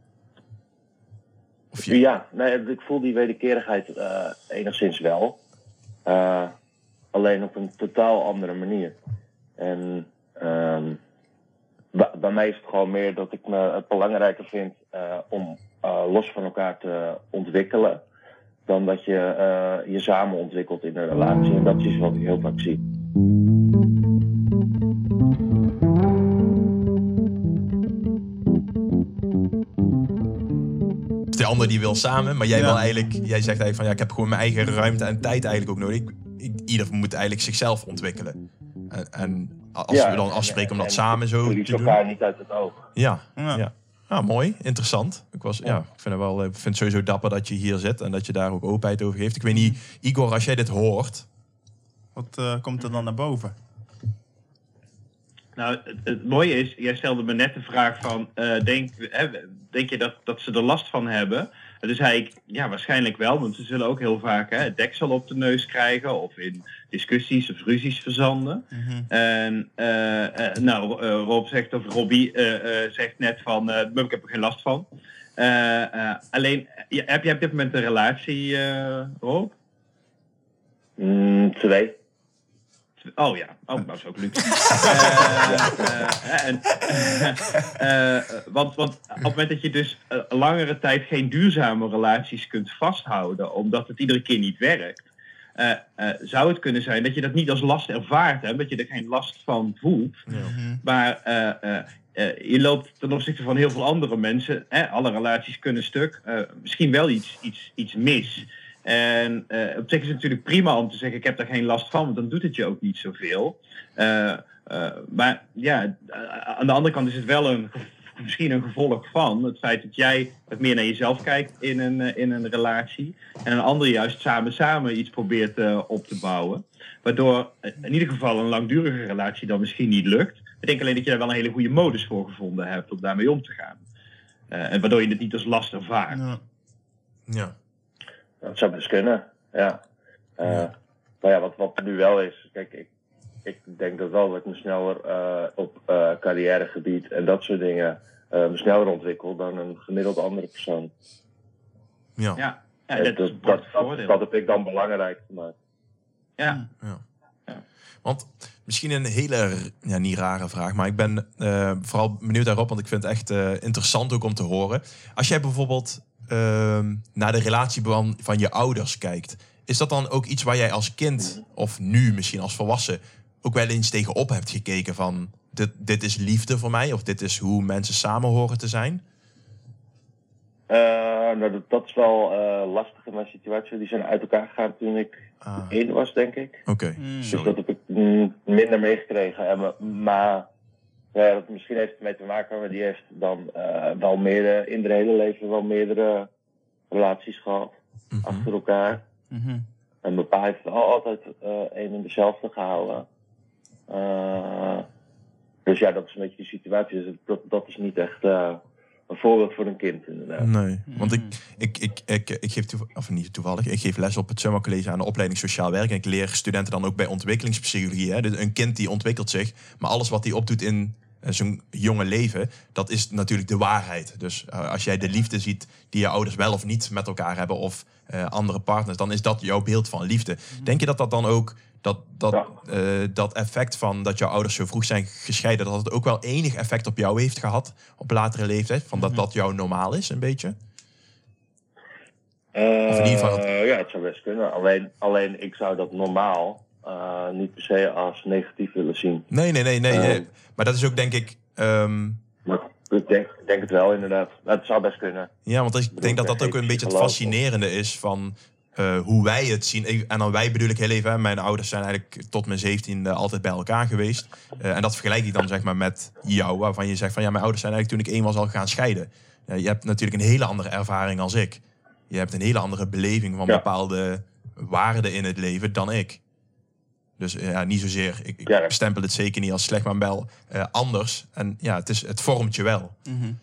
Of je... Ja, nee, ik voel die wederkerigheid uh, enigszins wel. Uh, alleen op een totaal andere manier. En um, b- bij mij is het gewoon meer dat ik me het belangrijker vind uh, om uh, los van elkaar te ontwikkelen, dan dat je uh, je samen ontwikkelt in een relatie. En dat is wat ik heel vaak zie. De ander die wil samen, maar jij, ja. wil eigenlijk, jij zegt eigenlijk van ja, ik heb gewoon mijn eigen ruimte en tijd eigenlijk ook nodig. Ik, ieder moet eigenlijk zichzelf ontwikkelen. En, en als Ja, we dan en- afspreken om dat en samen zo verlies te doen. elkaar niet uit het oog. Ja, Ja. ja. Ah, mooi, interessant. Ik, was, ja. Ja. ik vind het wel, ik vind het sowieso dapper dat je hier zit en dat je daar ook openheid over geeft. Ik weet niet, Igor, als jij dit hoort. Wat uh, komt er dan naar boven? Nou, het, het mooie is, jij stelde me net de vraag van, uh, denk, hè, denk je dat, dat ze er last van hebben? En toen zei ik, ja, waarschijnlijk wel, want ze zullen ook heel vaak hè, het deksel op de neus krijgen of in discussies of ruzies verzanden. Mm-hmm. En uh, uh, nou, uh, Rob zegt, of Robbie uh, uh, zegt net van, uh, ik heb er geen last van. Uh, uh, alleen, ja, heb je op dit moment een relatie, uh, Rob? Mm, twee. Oh ja, oh, dat is ook luxe. uh, uh, en, uh, uh, want, want op het moment dat je dus uh, langere tijd geen duurzame relaties kunt vasthouden, omdat het iedere keer niet werkt, uh, uh, zou het kunnen zijn dat je dat niet als last ervaart, hè, dat je er geen last van voelt. Ja. Maar uh, uh, uh, je loopt ten opzichte van heel veel andere mensen, hè, alle relaties kunnen stuk, uh, misschien wel iets, iets, iets mis. En uh, op zich is het natuurlijk prima om te zeggen, ik heb daar geen last van, want dan doet het je ook niet zoveel. Uh, uh, maar ja, aan de andere kant is het wel een, misschien een gevolg van het feit dat jij wat meer naar jezelf kijkt in een, uh, in een relatie. En een ander juist samen samen iets probeert uh, op te bouwen. Waardoor in ieder geval een langdurige relatie dan misschien niet lukt. Ik denk alleen dat je daar wel een hele goede modus voor gevonden hebt om daarmee om te gaan. Uh, en waardoor je het niet als last ervaart. Ja. Ja. Dat zou best kunnen, ja. Uh, ja. Maar ja, wat, wat nu wel is, kijk, ik, ik denk dat wel dat ik me sneller uh, op uh, carrièregebied en dat soort dingen uh, me sneller ontwikkel dan een gemiddeld andere persoon. Ja. Ja, ja dat, dat, dat, is dat, voordeel. dat heb ik dan belangrijk gemaakt. Ja. Ja. Want misschien een hele, ja, niet rare vraag, maar ik ben uh, vooral benieuwd daarop, want ik vind het echt uh, interessant ook om te horen. Als jij bijvoorbeeld uh, naar de relatie van, van je ouders kijkt, is dat dan ook iets waar jij als kind, of nu misschien als volwassen, ook wel eens tegenop hebt gekeken van, dit, dit is liefde voor mij, of dit is hoe mensen samen horen te zijn? Uh, nou, dat, dat is wel uh, lastig in mijn situatie. Die zijn uit elkaar gegaan toen ik ah. één was, denk ik. Oké. Okay. Mm. Dus dat heb ik mm, minder meegekregen. En, maar ja, dat misschien heeft het mee te maken, maar die heeft dan uh, wel meerdere, in haar hele leven wel meerdere relaties gehad. Mm-hmm. Achter elkaar. Mm-hmm. En mijn pa heeft al altijd uh, een en dezelfde gehouden. Uh, dus ja, dat is een beetje de situatie. Dus dat, dat is niet echt uh, een voorbeeld voor een kind, inderdaad. Nee, want ik, ik, ik, ik, ik geef toevallig, of niet toevallig, ik geef les op het Summa College aan de opleiding Sociaal Werk. En ik leer studenten dan ook bij ontwikkelingspsychologie. Hè? Dus een kind die ontwikkelt zich, maar alles wat hij opdoet in zo'n jonge leven, dat is natuurlijk de waarheid. Dus uh, als jij de liefde ziet die je ouders wel of niet met elkaar hebben, of uh, andere partners, dan is dat jouw beeld van liefde. Mm-hmm. Denk je dat dat dan ook, dat, dat, ja. uh, dat effect van dat jouw ouders zo vroeg zijn gescheiden, dat het ook wel enig effect op jou heeft gehad op latere leeftijd? Van dat dat jou normaal is, een beetje? Uh, of in ieder geval het... Ja, het zou best kunnen. Alleen, alleen ik zou dat normaal uh, niet per se als negatief willen zien. Nee, nee, nee. nee. Uh, maar dat is ook, denk ik... Um... Maar ik denk, denk het wel, inderdaad. Het zou best kunnen. Ja, want ik denk dat dat ook een beetje het fascinerende is van uh, hoe wij het zien. En dan wij bedoel ik heel even, hè, mijn ouders zijn eigenlijk tot mijn zeventiende altijd bij elkaar geweest. Uh, en dat vergelijk ik dan zeg maar met jou, waarvan je zegt van ja, mijn ouders zijn eigenlijk toen ik één was al gaan scheiden. Uh, je hebt natuurlijk een hele andere ervaring als ik. Je hebt een hele andere beleving van ja. bepaalde waarden in het leven dan ik. Dus ja, niet zozeer. Ik, ik ja. stempel het zeker niet als slecht, maar wel uh, anders. En ja, het, is, het vormt je wel. Mm-hmm.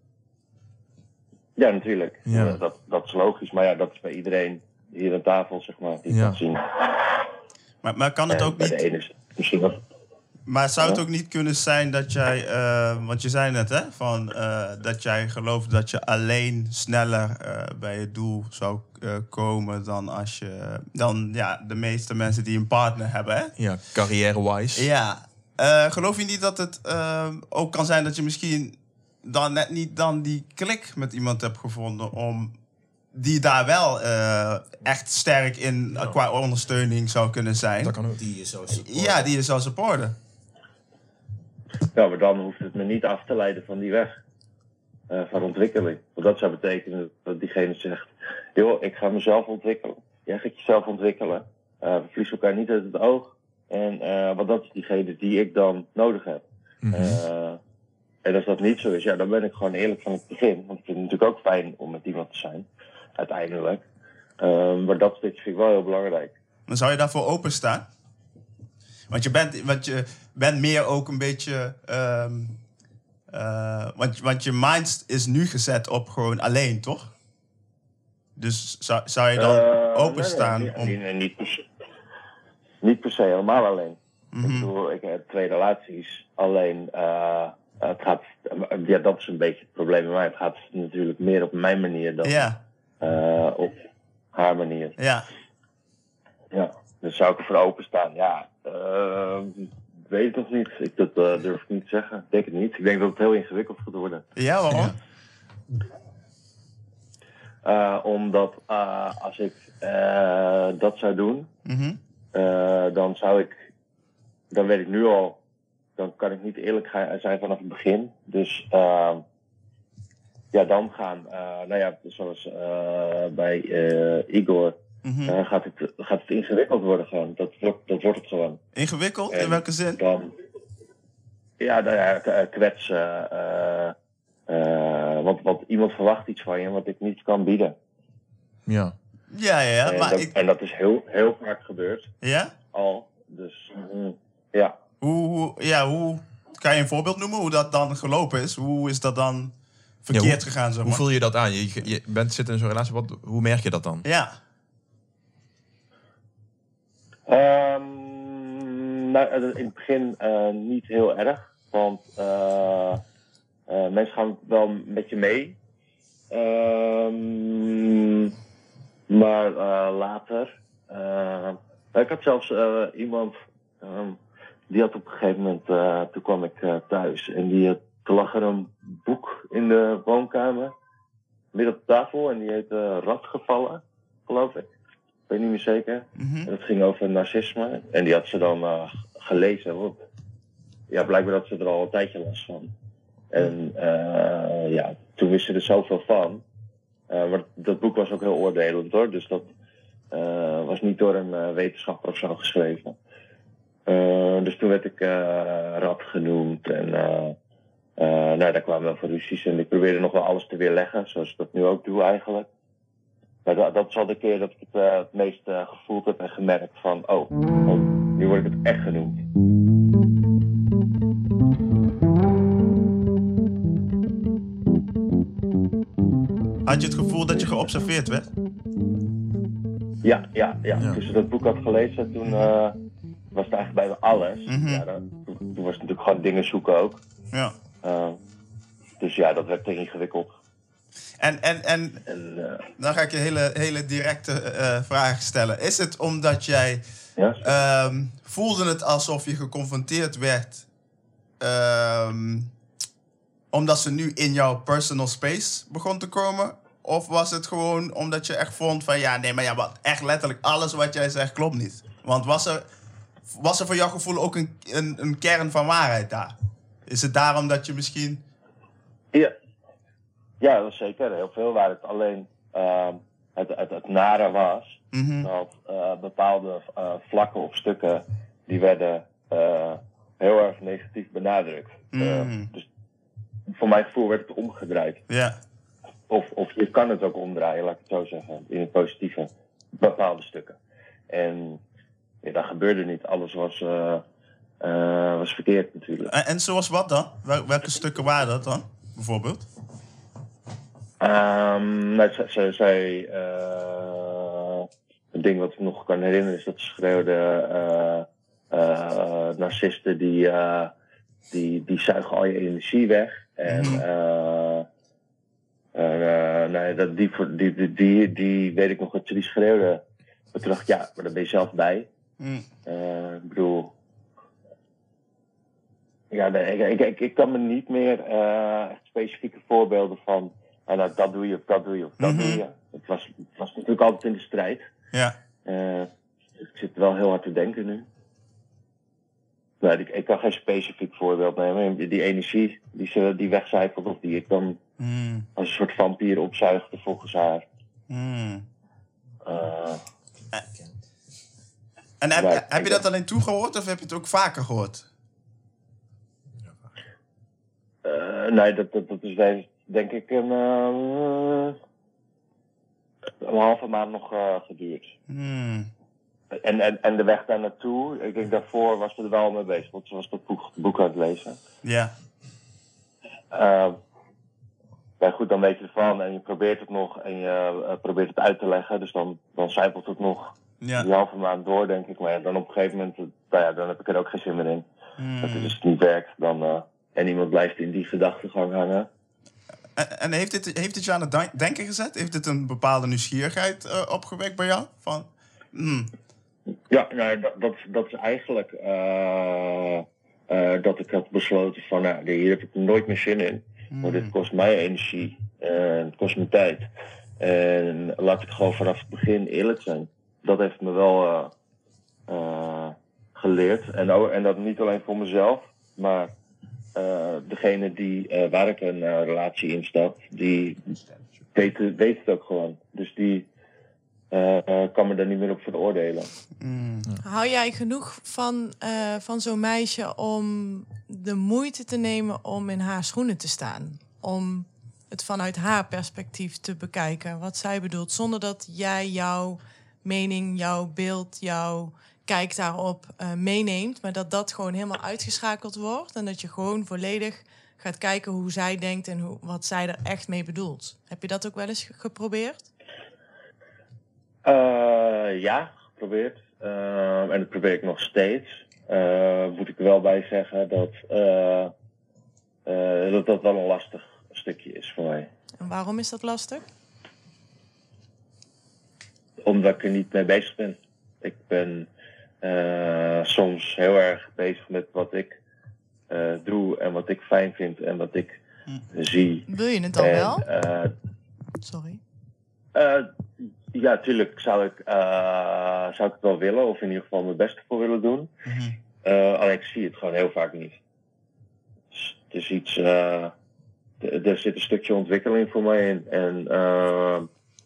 Ja, natuurlijk. Ja. Uh, dat, dat is logisch. Maar ja, dat is bij iedereen hier aan tafel, zeg maar, die ja. kan zien. Maar, maar kan het en ook niet... De ene is misschien wel... Maar zou het ja? ook niet kunnen zijn dat jij... Uh, want je zei net, hè, van, uh, dat jij gelooft dat je alleen sneller uh, bij je doel zou uh, komen dan als je... Dan ja, de meeste mensen die een partner hebben, hè? Ja, carrière-wise. Ja. Uh, geloof je niet dat het uh, ook kan zijn dat je misschien dan net niet dan die klik met iemand hebt gevonden om... die daar wel uh, echt sterk in ja. qua ondersteuning zou kunnen zijn? Dat kan ook. Die je zou supporten. Ja, die je zou supporten. Ja, maar dan hoeft het me niet af te leiden van die weg. Uh, van ontwikkeling. Want dat zou betekenen dat diegene zegt... joh, ik ga mezelf ontwikkelen. Jij gaat jezelf ontwikkelen. Uh, we verliezen elkaar niet uit het oog. En, uh, want dat is diegene die ik dan nodig heb. Mm-hmm. Uh, en als dat niet zo is, ja, dan ben ik gewoon eerlijk van het begin. Want ik vind het natuurlijk ook fijn om met iemand te zijn, uiteindelijk. Uh, maar dat stukje vind ik wel heel belangrijk. Dan zou je daarvoor openstaan? Want je bent, want je bent meer ook een beetje... Um, uh, want, want je mind is nu gezet op gewoon alleen, toch? Dus zou, zou je dan uh, openstaan? Nee, nee, om... nee, nee, niet, per se, niet per se helemaal alleen. Mm-hmm. Ik bedoel, ik heb twee relaties. Alleen, uh, het gaat... Ja, dat is een beetje het probleem bij mij. Het gaat natuurlijk meer op mijn manier dan ja. uh, op haar manier. Ja. Ja, dus zou ik ervoor openstaan? Ja, uh, weet ik nog niet. Ik, dat uh, durf ik niet te zeggen. Ik denk het niet. Ik denk dat het heel ingewikkeld gaat worden. Ja, waarom? Uh, omdat uh, als ik uh, dat zou doen, mm-hmm. uh, dan zou ik, dan weet ik nu al, dan kan ik niet eerlijk gaan, zijn vanaf het begin. Dus uh, ja, dan gaan, uh, nou ja, zoals uh, bij uh, Igor, mm-hmm. uh, gaat, het, gaat het ingewikkeld worden gewoon. Dat wordt, dat wordt het gewoon. Ingewikkeld? En in welke zin? Dan, ja, nou ja, kwetsen. Uh, Uh, want, want iemand verwacht iets van je wat ik niet kan bieden. Ja. Ja, ja, ja. En, Maar dat, ik... en dat is heel, heel vaak gebeurd. Ja? Al. Dus, mm, ja. Hoe, hoe, ja, hoe... Kan je een voorbeeld noemen hoe dat dan gelopen is? Hoe is dat dan verkeerd ja, hoe, gegaan, zeg maar? Hoe voel je dat aan? Je, je bent, zit in zo'n relatie, wat, hoe merk je dat dan? Ja. Um, nou, in het begin uh, niet heel erg. Want... Uh, Uh, mensen gaan wel met je mee. Um, maar uh, later... Uh, ik had zelfs uh, iemand... Um, die had op een gegeven moment... Uh, toen kwam ik uh, thuis. En die had, toen lag er een boek in de woonkamer. Midden op de tafel. En die heette uh, Rat gevallen, geloof ik. Ik weet niet meer zeker. Mm-hmm. En dat ging over narcisme. En die had ze dan uh, gelezen. Want, ja, blijkbaar had ze er al een tijdje last van. En uh, ja, toen wist ze er zoveel van. Uh, maar dat boek was ook heel oordelend hoor. Dus dat uh, was niet door een uh, wetenschapper of zo geschreven. Uh, dus toen werd ik uh, rat genoemd. En uh, uh, nou, daar kwamen wel voor ruzies. En ik probeerde nog wel alles te weerleggen. Zoals ik dat nu ook doe eigenlijk. Maar dat, dat is al de keer dat ik het uh, het meest uh, gevoeld heb en gemerkt van... Oh, oh, nu word ik het echt genoemd. Had je het gevoel dat je geobserveerd werd? Ja, ja, ja. ja. Toen ze dat boek had gelezen, toen uh, was het eigenlijk bijna alles. Mm-hmm. Ja, dan, toen, toen was het natuurlijk gewoon dingen zoeken ook. Ja. Uh, dus ja, dat werd te ingewikkeld. En, en, en, en uh, dan ga ik je hele, hele directe uh, vraag stellen. Is het omdat jij... Ja, um, voelde het alsof je geconfronteerd werd... Um, omdat ze nu in jouw personal space begon te komen? Of was het gewoon omdat je echt vond van... Ja, nee, maar ja, wat, echt letterlijk alles wat jij zegt klopt niet. Want was er, was er voor jouw gevoel ook een, een, een kern van waarheid daar? Is het daarom dat je misschien... Ja, ja dat was zeker. Heel veel waar het alleen uh, het, het, het nare was... Mm-hmm. Dat uh, bepaalde uh, vlakken of stukken... die werden uh, heel erg negatief benadrukt. Mm. Uh, dus voor mijn gevoel werd het omgedraaid. Ja. Of, of je kan het ook omdraaien, laat ik het zo zeggen. In het positieve. Bepaalde stukken. En ja, dat gebeurde niet. Alles was, uh, uh, was verkeerd natuurlijk. En, en zoals wat dan? Wel, welke stukken waren dat dan? Bijvoorbeeld? Um, nou, zij... zij uh, het ding wat ik nog kan herinneren is dat ze schreeuwde... Uh, uh, narcisten die, uh, die, die zuigen al je energie weg. En uh, uh, nee, dat, die, die, die, die, die weet ik nog dat ze die schreeuwde. Maar toen dacht ik, ja, maar daar ben je zelf bij. Mm. Uh, ik bedoel... Ja, nee, ik, ik, ik kan me niet meer uh, specifieke voorbeelden van... Uh, nou, dat doe je of dat doe je of dat mm-hmm. doe je. Het was, het was natuurlijk altijd in de strijd. Ja. Uh, ik zit wel heel hard te denken nu. Nou, ik, ik kan geen specifiek voorbeeld nemen. Die energie die ze die wegcijfert of die ik dan mm. als een soort vampier opzuigde volgens haar. Mm. Uh, En heb, maar, heb je dat alleen toegehoord of heb je het ook vaker gehoord? Uh, nee, dat, dat, dat is denk ik een, uh, een halve maand nog uh, geduurd. Hmm. En, en, en de weg daar naartoe, ik denk daarvoor was ze er wel mee bezig, want ze was dat boek, boek aan het lezen. Ja. Uh, ja, goed, dan weet je ervan en je probeert het nog en je uh, probeert het uit te leggen, dus dan, dan zijpelt het nog ja. die halve maand door, denk ik. Maar ja, dan op een gegeven moment, nou ja, dan heb ik er ook geen zin meer in. Hmm. Dat het dus niet werkt, dan, uh, en iemand blijft in die gedachtegang hangen. En, en heeft, dit, heeft dit je aan het denken gezet? Heeft dit een bepaalde nieuwsgierigheid uh, opgewekt bij jou? Van, hmm. Ja, nou, dat, dat, dat is eigenlijk uh, uh, dat ik had besloten van, nou, hier heb ik nooit meer zin in. Hmm. Want dit kost mij energie en het kost me tijd. En laat ik gewoon vanaf het begin eerlijk zijn. Dat heeft me wel uh, uh, geleerd. En, en dat niet alleen voor mezelf, maar uh, degene die, uh, waar ik een uh, relatie in stap, die weet, weet het ook gewoon. Dus die uh, uh, kan me daar niet meer op veroordelen. Mm. Hou jij genoeg van, uh, van zo'n meisje om de moeite te nemen om in haar schoenen te staan? Om het vanuit haar perspectief te bekijken, wat zij bedoelt, zonder dat jij jouw mening, jouw beeld, jouw kijk daarop uh, meeneemt, maar dat dat gewoon helemaal uitgeschakeld wordt en dat je gewoon volledig gaat kijken hoe zij denkt en hoe, wat zij er echt mee bedoelt. Heb je dat ook wel eens geprobeerd? Uh, ja, geprobeerd. Uh, en dat probeer ik nog steeds. Uh, moet ik er wel bij zeggen dat, uh, uh, dat dat wel een lastig stukje is voor mij. En waarom is dat lastig? Omdat ik er niet mee bezig ben. Ik ben uh, soms heel erg bezig met wat ik uh, doe en wat ik fijn vind en wat ik hm. zie. Wil je het dan en, wel? Uh, Sorry. Uh, ja, tuurlijk zou ik, uh, zou ik het wel willen, of in ieder geval mijn best voor willen doen. Mm-hmm. Uh, alleen ik zie het gewoon heel vaak niet. Dus het is iets, uh, d- er zit een stukje ontwikkeling voor mij in. En, uh,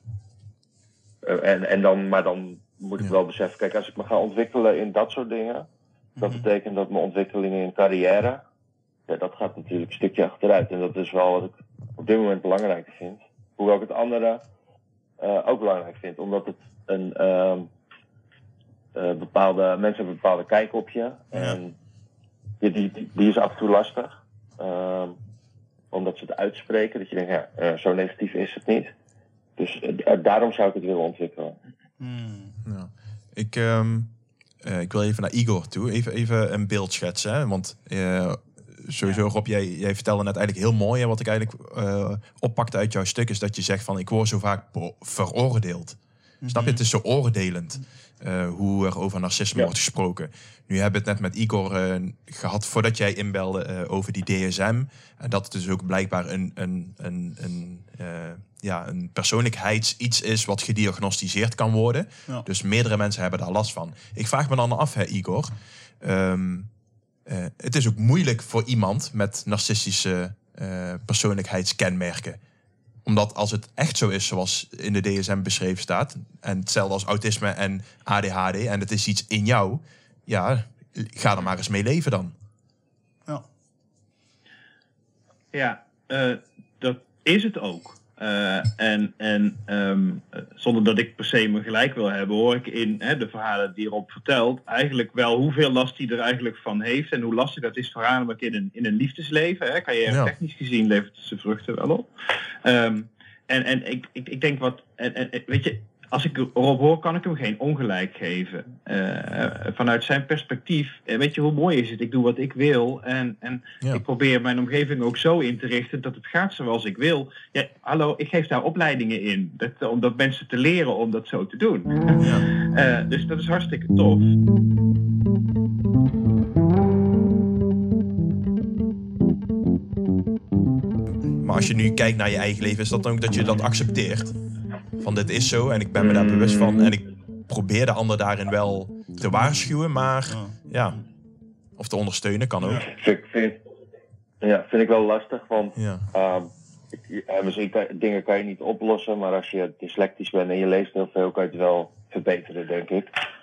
en, en dan, maar dan moet ik ja. wel beseffen, kijk, als ik me ga ontwikkelen in dat soort dingen, mm-hmm. dat betekent dat mijn ontwikkelingen in carrière, ja, dat gaat natuurlijk een stukje achteruit. En dat is wel wat ik op dit moment belangrijk vind. Hoewel ik het andere uh, ook belangrijk vind, omdat het een uh, uh, bepaalde mensen hebben een bepaalde kijk op je. Ja. En die, die, die is af en toe lastig. Uh, omdat ze het uitspreken, dat je denkt, ja, uh, zo negatief is het niet. Dus uh, daarom zou ik het willen ontwikkelen. Hmm. Ja. Ik, um, uh, ik wil even naar Igor toe, even, even een beeld schetsen. Hè? Want uh, sowieso, Rob, jij, jij vertelde net eigenlijk heel mooi. En wat ik eigenlijk uh, oppakte uit jouw stuk is dat je zegt van, ik word zo vaak veroordeeld. Mm-hmm. Snap je? Het is zo oordelend uh, hoe er over narcisme ja. wordt gesproken. Nu hebben we het net met Igor uh, gehad voordat jij inbelde uh, over die D S M. En dat het dus ook blijkbaar een, een, een, een, uh, ja, een persoonlijkheidsiets is wat gediagnosticeerd kan worden. Ja. Dus meerdere mensen hebben daar last van. Ik vraag me dan af, hè, Igor. Um, uh, het is ook moeilijk voor iemand met narcistische uh, persoonlijkheidskenmerken. Omdat als het echt zo is zoals in de D S M beschreven staat, en hetzelfde als autisme en A D H D, en het is iets in jou, ja, ga er maar eens mee leven dan. Ja, ja uh, dat is het ook. Uh, en en um, zonder dat ik per se me gelijk wil hebben, hoor ik in hè, de verhalen die Rob vertelt, eigenlijk wel hoeveel last hij er eigenlijk van heeft en hoe lastig dat is voornamelijk in een, in een liefdesleven. Hè. Kan je ja. technisch gezien levert het zijn vruchten wel op. Um, en en ik, ik, ik denk wat, en, en, weet je, als ik Rob hoor, kan ik hem geen ongelijk geven. Uh, vanuit zijn perspectief, uh, weet je hoe mooi is het? Ik doe wat ik wil en, en ja. ik probeer mijn omgeving ook zo in te richten dat het gaat zoals ik wil. Ja, hallo, ik geef daar opleidingen in. Dat, om dat mensen te leren om dat zo te doen. Ja. Uh, dus dat is hartstikke tof. Maar als je nu kijkt naar je eigen leven, is dat dan ook dat je dat accepteert? Van dit is zo en ik ben me daar bewust van. En ik probeer de ander daarin wel te waarschuwen, maar ja. Of te ondersteunen kan ook. Vind, vind, ja, vind ik wel lastig, want ja. uh, ik, misschien kan, dingen kan je niet oplossen, maar als je dyslectisch bent en je leest heel veel, kan je het wel verbeteren, denk ik.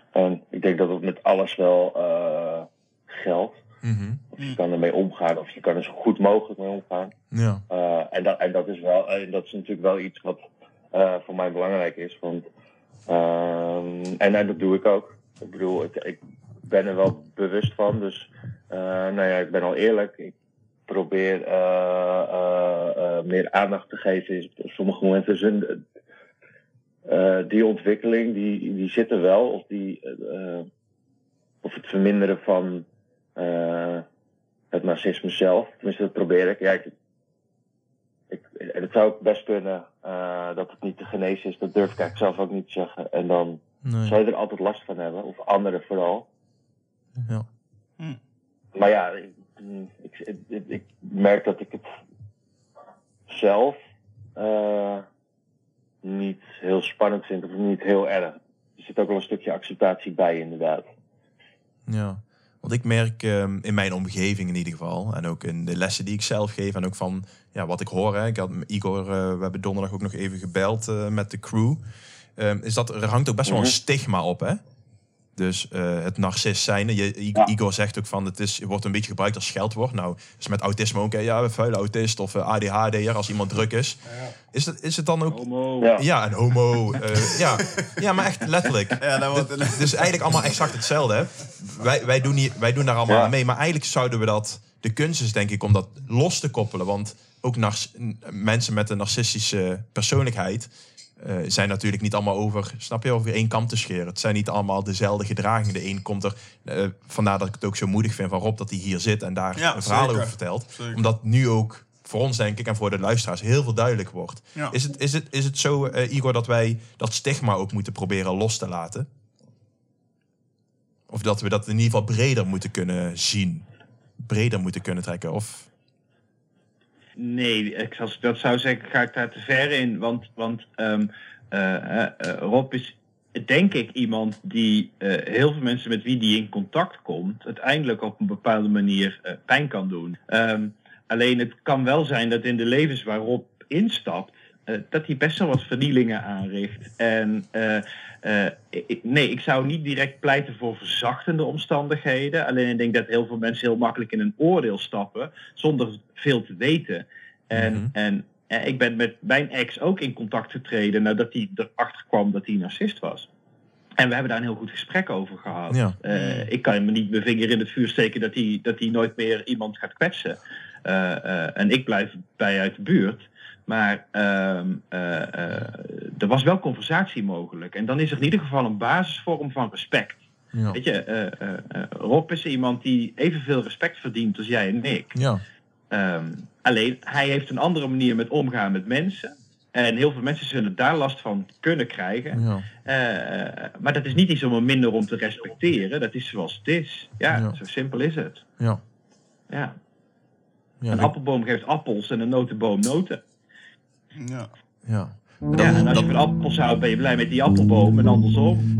En ik denk dat het met alles wel uh, geldt. Mm-hmm. Of je kan ermee omgaan, of je kan er zo goed mogelijk mee omgaan. Ja. Uh, en, dat, en dat is wel, en dat is natuurlijk wel iets wat uh, voor mij belangrijk is. Want, uh, en, en dat doe ik ook. Ik bedoel, ik, ik ben er wel bewust van. Dus uh, nou ja, ik ben al eerlijk. Ik probeer uh, uh, uh, meer aandacht te geven. Op sommige momenten zijn uh, die ontwikkeling, die, die zit er wel. Of, die, uh, of het verminderen van uh, het narcisme zelf. Tenminste, dat probeer ik. Ja, ik, ik en het zou ook best kunnen uh, dat het niet te genezen is. Dat durf ik eigenlijk zelf ook niet te zeggen. En dan Nee. zou je er altijd last van hebben. Of anderen vooral. Ja. Hm. Maar ja, ik, ik, ik, ik merk dat ik het zelf uh, niet heel spannend vind. Of niet heel erg. Er zit ook wel een stukje acceptatie bij, inderdaad. Ja. Want ik merk um, in mijn omgeving in ieder geval, en ook in de lessen die ik zelf geef, en ook van ja, wat ik hoor. Hè. Ik had Igor, uh, we hebben donderdag ook nog even gebeld uh, met de crew. Um, is dat er hangt ook best wel een stigma op, hè? Dus uh, het narcist zijn. Je, I- Ja. Igor zegt ook van het is, wordt een beetje gebruikt als scheldwoord. Nou, is met autisme ook, hè, ja, een vuile autist of uh, A D H D'er als iemand druk is. Ja. Is het, is het dan ook? Homo. Ja. Ja, een homo. Uh, ja. ja, maar echt letterlijk. Ja, dat wordt een... Dus eigenlijk allemaal exact hetzelfde. Hè? Wij, wij, doen hier, wij doen daar allemaal Ja. aan mee. Maar eigenlijk zouden we dat... De kunst is denk ik om dat los te koppelen. Want ook nar- mensen met een narcistische persoonlijkheid... Uh, zijn natuurlijk niet allemaal over... Snap je? Over één kam te scheren. Het zijn niet allemaal dezelfde gedragingen. De een komt er... Uh, vandaar dat ik het ook zo moedig vind van Rob... dat hij hier zit en daar Ja, een verhaal zeker. over vertelt. Zeker. Omdat nu ook... voor ons denk ik en voor de luisteraars heel veel duidelijk wordt. Ja. Is, het, is, het, is het zo, uh, Igor, dat wij dat stigma ook moeten proberen los te laten? Of dat we dat in ieder geval breder moeten kunnen zien? Breder moeten kunnen trekken? Of... Nee, ik, als ik dat zou zeggen, ga ik daar te ver in. Want, want um, uh, uh, uh, Rob is, denk ik, iemand die uh, heel veel mensen met wie die in contact komt... uiteindelijk op een bepaalde manier uh, pijn kan doen. Um, alleen het kan wel zijn dat in de levens waar Rob instapt... Uh, dat hij best wel wat vernielingen aanricht. En uh, uh, ik, nee, ik zou niet direct pleiten voor verzachtende omstandigheden. Alleen ik denk dat heel veel mensen heel makkelijk in een oordeel stappen... zonder veel te weten. En, Mm-hmm. en uh, ik ben met mijn ex ook in contact getreden... nadat hij erachter kwam dat hij narcist was. En we hebben daar een heel goed gesprek over gehad. Ja. Uh, ik kan me niet mijn vinger in het vuur steken... dat hij, dat hij nooit meer iemand gaat kwetsen. Uh, uh, en ik blijf bij uit de buurt... Maar uh, uh, uh, er was wel conversatie mogelijk. En dan is er in ieder geval een basisvorm van respect. Ja. Weet je, uh, uh, uh, Rob is iemand die evenveel respect verdient als jij en ik. Ja. Um, alleen, hij heeft een andere manier met omgaan met mensen. En heel veel mensen zullen daar last van kunnen krijgen. Ja. Uh, maar dat is niet iets om hem minder om te respecteren. Dat is zoals het is. Ja, Ja. zo simpel is het. Ja. Ja. Ja. Een appelboom geeft appels en een notenboom noten. Ja. Ja. Ja, en als je van appels houdt, ben je blij met die appelboom en andersom.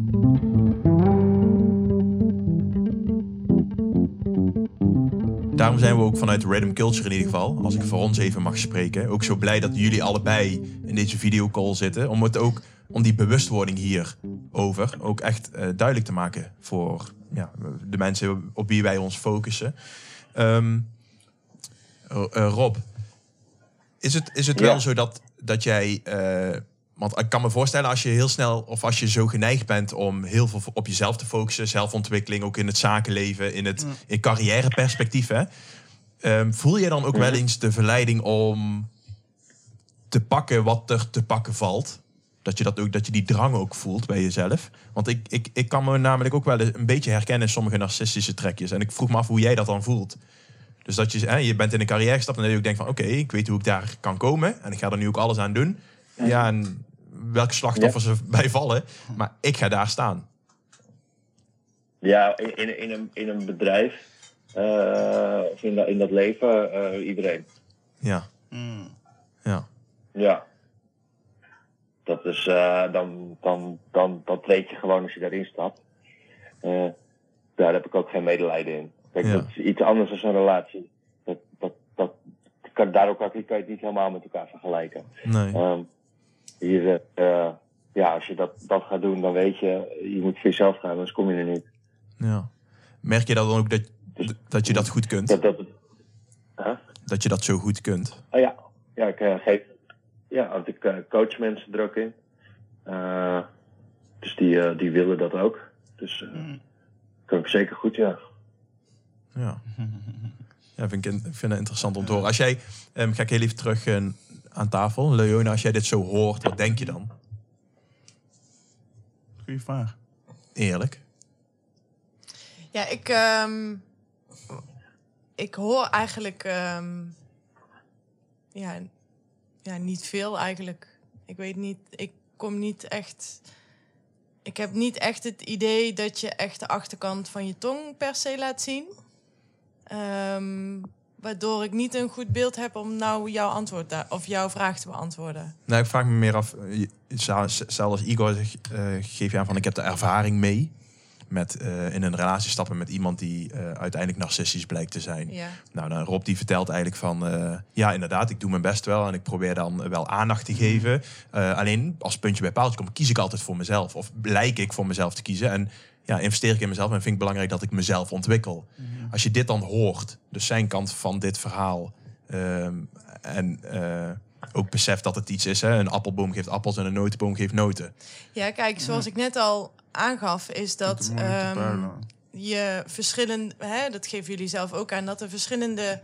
Daarom zijn we ook vanuit Random Culture in ieder geval, als ik voor ons even mag spreken, ook zo blij dat jullie allebei in deze videocall zitten. Om het ook, om die bewustwording hierover ook echt uh, duidelijk te maken voor ja, de mensen op wie wij ons focussen. Um, uh, Rob, is het, is het Ja. wel zo dat, dat jij... Uh, want ik kan me voorstellen als je heel snel... of als je zo geneigd bent om heel veel op jezelf te focussen... zelfontwikkeling, ook in het zakenleven... in het in carrièreperspectief, hè? Um, voel je dan ook wel eens de verleiding om te pakken wat er te pakken valt? Dat je, dat ook, dat je die drang ook voelt bij jezelf? Want ik, ik, ik kan me namelijk ook wel een beetje herkennen... in sommige narcistische trekjes. En ik vroeg me af hoe jij dat dan voelt. Dus dat je, hè, je bent in een carrière gestapt en dat je ook denkt van... oké, okay, ik weet hoe ik daar kan komen. En ik ga er nu ook alles aan doen. Ja, en welke slachtoffers er bij vallen. Maar ik ga daar staan. Ja, in, in, in, een, in een bedrijf uh, of in, dat, in dat leven, uh, iedereen. Ja. Mm. Ja. Ja. Dat is, uh, dan, dan, dan, dat weet je gewoon als je daarin stapt. Uh, daar heb ik ook geen medelijden in. Kijk, Ja. dat is iets anders dan een relatie. Dat, dat, dat kan, daardoor kan, kan je het niet helemaal met elkaar vergelijken. Nee. Um, hier, uh, ja, als je dat, dat gaat doen, dan weet je, je moet voor jezelf gaan, anders kom je er niet. Ja. Merk je dat dan ook dat, Dus, dat je dat goed kunt? Dat, dat, huh? Dat je dat zo goed kunt? Oh ja, ja, ik uh, geef, ja, want ik uh, coach mensen er ook in. Uh, dus die, uh, die willen dat ook. Dus uh, mm. kan ik zeker goed, ja. Ja, ja vind ik, vind het interessant om te horen. Als jij, um, ga ik heel even terug uh, aan tafel. Leona, als jij dit zo hoort, wat denk je dan? Goeie vraag. Eerlijk. Ja, ik, um, ik hoor eigenlijk um, ja, ja, niet veel eigenlijk. Ik weet niet, ik kom niet echt... Ik heb niet echt het idee dat je echt de achterkant van je tong per se laat zien. Um, waardoor ik niet een goed beeld heb om nou jouw antwoord daar, of jouw vraag te beantwoorden. Nou, ik vraag me meer af, zelfs als Igor uh, geef je aan van ik heb de ervaring mee met uh, in een relatie stappen met iemand die uh, uiteindelijk narcistisch blijkt te zijn. Ja. Nou, dan Rob die vertelt eigenlijk van uh, ja, inderdaad, ik doe mijn best wel en ik probeer dan wel aandacht te geven. Uh, alleen als puntje bij paaltje komt, kies ik altijd voor mezelf of lijk ik voor mezelf te kiezen en ja, investeer ik in mezelf en vind ik belangrijk dat ik mezelf ontwikkel. Mm-hmm. Als je dit dan hoort, dus zijn kant van dit verhaal um, en uh, ook beseft dat het iets is, hè? Een appelboom geeft appels en een notenboom geeft noten. Ja, kijk, zoals ik net al aangaf, is dat um, je verschillende, hè, dat geven jullie zelf ook aan, dat er verschillende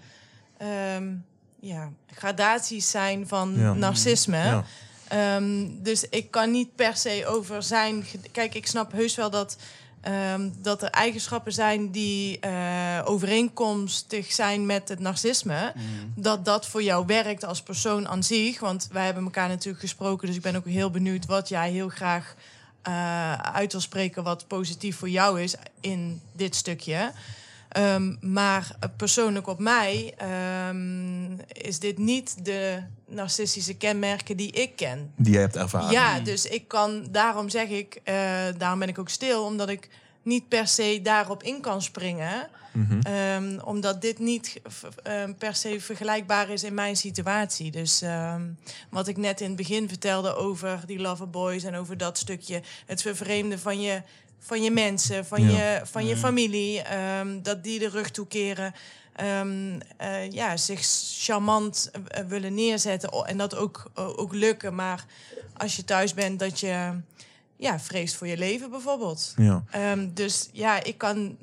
um, ja, gradaties zijn van ja. narcisme. Ja. Um, dus ik kan niet per se over zijn... Kijk, ik snap heus wel dat, um, dat er eigenschappen zijn die uh, overeenkomstig zijn met het narcisme. Mm. Dat dat voor jou werkt als persoon aan zich. Want wij hebben elkaar natuurlijk gesproken, dus ik ben ook heel benieuwd wat jij heel graag uh, uit wil spreken wat positief voor jou is in dit stukje. Um, maar persoonlijk op mij um, is dit niet de narcistische kenmerken die ik ken. Die jij hebt ervaren. Ja, dus ik kan, daarom zeg ik, uh, daarom ben ik ook stil, omdat ik niet per se daarop in kan springen. Mm-hmm. Um, omdat dit niet uh, per se vergelijkbaar is in mijn situatie. Dus um, wat ik net in het begin vertelde over die loverboys en over dat stukje, het vervreemden van je... van je mensen, van, ja. je, van je familie, um, dat die de rug toekeren, um, uh, ja, zich charmant uh, willen neerzetten en dat ook, uh, ook lukken. Maar als je thuis bent, dat je ja, vreest voor je leven bijvoorbeeld. Ja. Um, dus ja, ik kan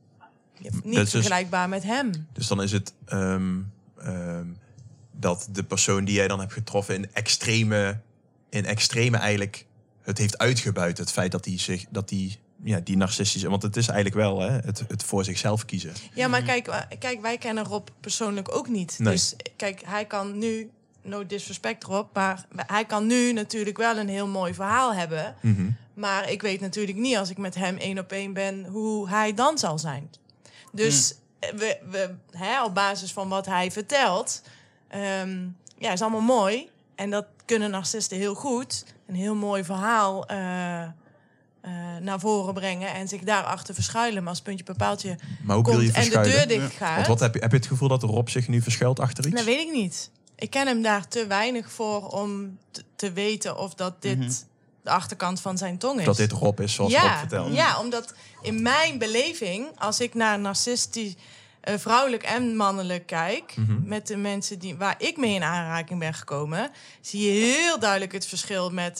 niet dus, vergelijkbaar met hem. Dus dan is het um, um, dat de persoon die jij dan hebt getroffen in extreme, in extreme eigenlijk het heeft uitgebuit, het feit dat hij zich, dat hij ja, die narcistische, want het is eigenlijk wel hè, het, het voor zichzelf kiezen. Ja, maar kijk, kijk, wij kennen Rob persoonlijk ook niet. Nee. Dus kijk, hij kan nu, no disrespect Rob, maar hij kan nu natuurlijk wel een heel mooi verhaal hebben. Mm-hmm. Maar ik weet natuurlijk niet, als ik met hem één op één ben, hoe hij dan zal zijn. Dus mm. we, we, hè, op basis van wat hij vertelt, um, ja, is allemaal mooi. En dat kunnen narcisten heel goed. Een heel mooi verhaal uh, uh, naar voren brengen en zich daarachter verschuilen. Maar als puntje per paaltje komt en de deur dicht gaat. Want wat heb je, heb je het gevoel dat Rob zich nu verschuilt achter iets? Dat weet ik niet. Ik ken hem daar te weinig voor om t- te weten of dat dit mm-hmm. de achterkant van zijn tong is. Dat dit Rob is, zoals ja, Rob vertelde. Ja, omdat in mijn beleving, als ik naar narcistisch, uh, vrouwelijk en mannelijk kijk, mm-hmm. met de mensen die, waar ik mee in aanraking ben gekomen, zie je heel duidelijk het verschil met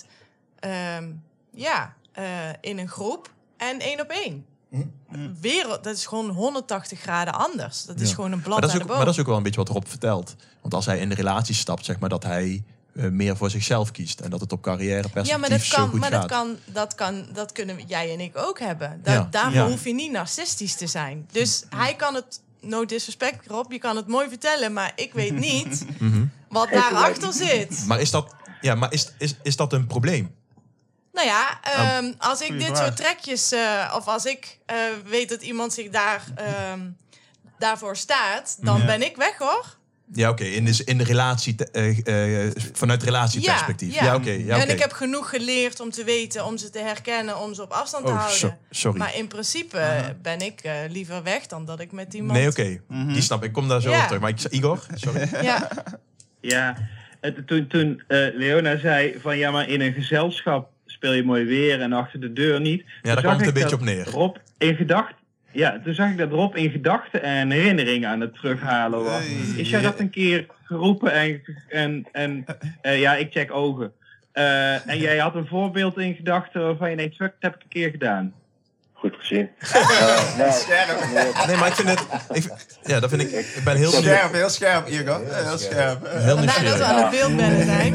um, ja, uh, in een groep en één op één. Mm-hmm. Wereld, dat is gewoon honderdtachtig graden anders. Dat is ja. gewoon een blad maar naar de ook, boom. Maar dat is ook wel een beetje wat Rob vertelt. Want als hij in de relatie stapt, zeg maar dat hij uh, meer voor zichzelf kiest en dat het op carrièreperspectief ja, maar dat kan, zo goed maar gaat. dat kan, dat kan, dat kunnen jij en ik ook hebben. Da- ja. Daarvoor ja. hoef je niet narcistisch te zijn. Dus mm-hmm. hij kan het, no disrespect Rob, je kan het mooi vertellen, maar ik weet niet mm-hmm. wat daarachter zit. Maar is dat, ja, maar is, is, is dat een probleem? Nou ja, um, als ik dit soort trekjes, uh, of als ik uh, weet dat iemand zich daar, um, daarvoor staat, dan ja. ben ik weg, hoor. Ja, oké. Okay. In, de, in de relatie, uh, uh, vanuit relatieperspectief. Ja, ja. ja oké. Okay. Ja, en okay. ik heb genoeg geleerd om te weten, om ze te herkennen, om ze op afstand te oh, houden. So, sorry. Maar in principe uh-huh. ben ik uh, liever weg dan dat ik met iemand... Nee, oké. Okay. Mm-hmm. Die snap ik. Ik kom daar zo ja. op terug. Maar ik, Igor, sorry. Ja. Ja, het, toen, toen uh, Leona zei van ja, maar in een gezelschap speel je mooi weer en achter de deur niet. Ja, Toen daar kwam zag het een ik beetje dat op neer. Rob in gedachten, ja, toen zag ik dat Rob in gedachten en herinneringen aan het terughalen was. Hey, Is jij ja. dat een keer geroepen en, en, en uh, ja, ik check ogen. Uh, en jij had een voorbeeld in gedachten waarvan je denkt, fuck, dat heb ik een keer gedaan. Goed gezien. Uh, nou, Nee, maar ik vind het... Ik, ja, dat vind ik... Ik ben heel benieuwd. Scherp, heel scherp, Igor. Heel scherp. Heel Vandaar dat we nieuwsgierig. aan het beeldbellen zijn.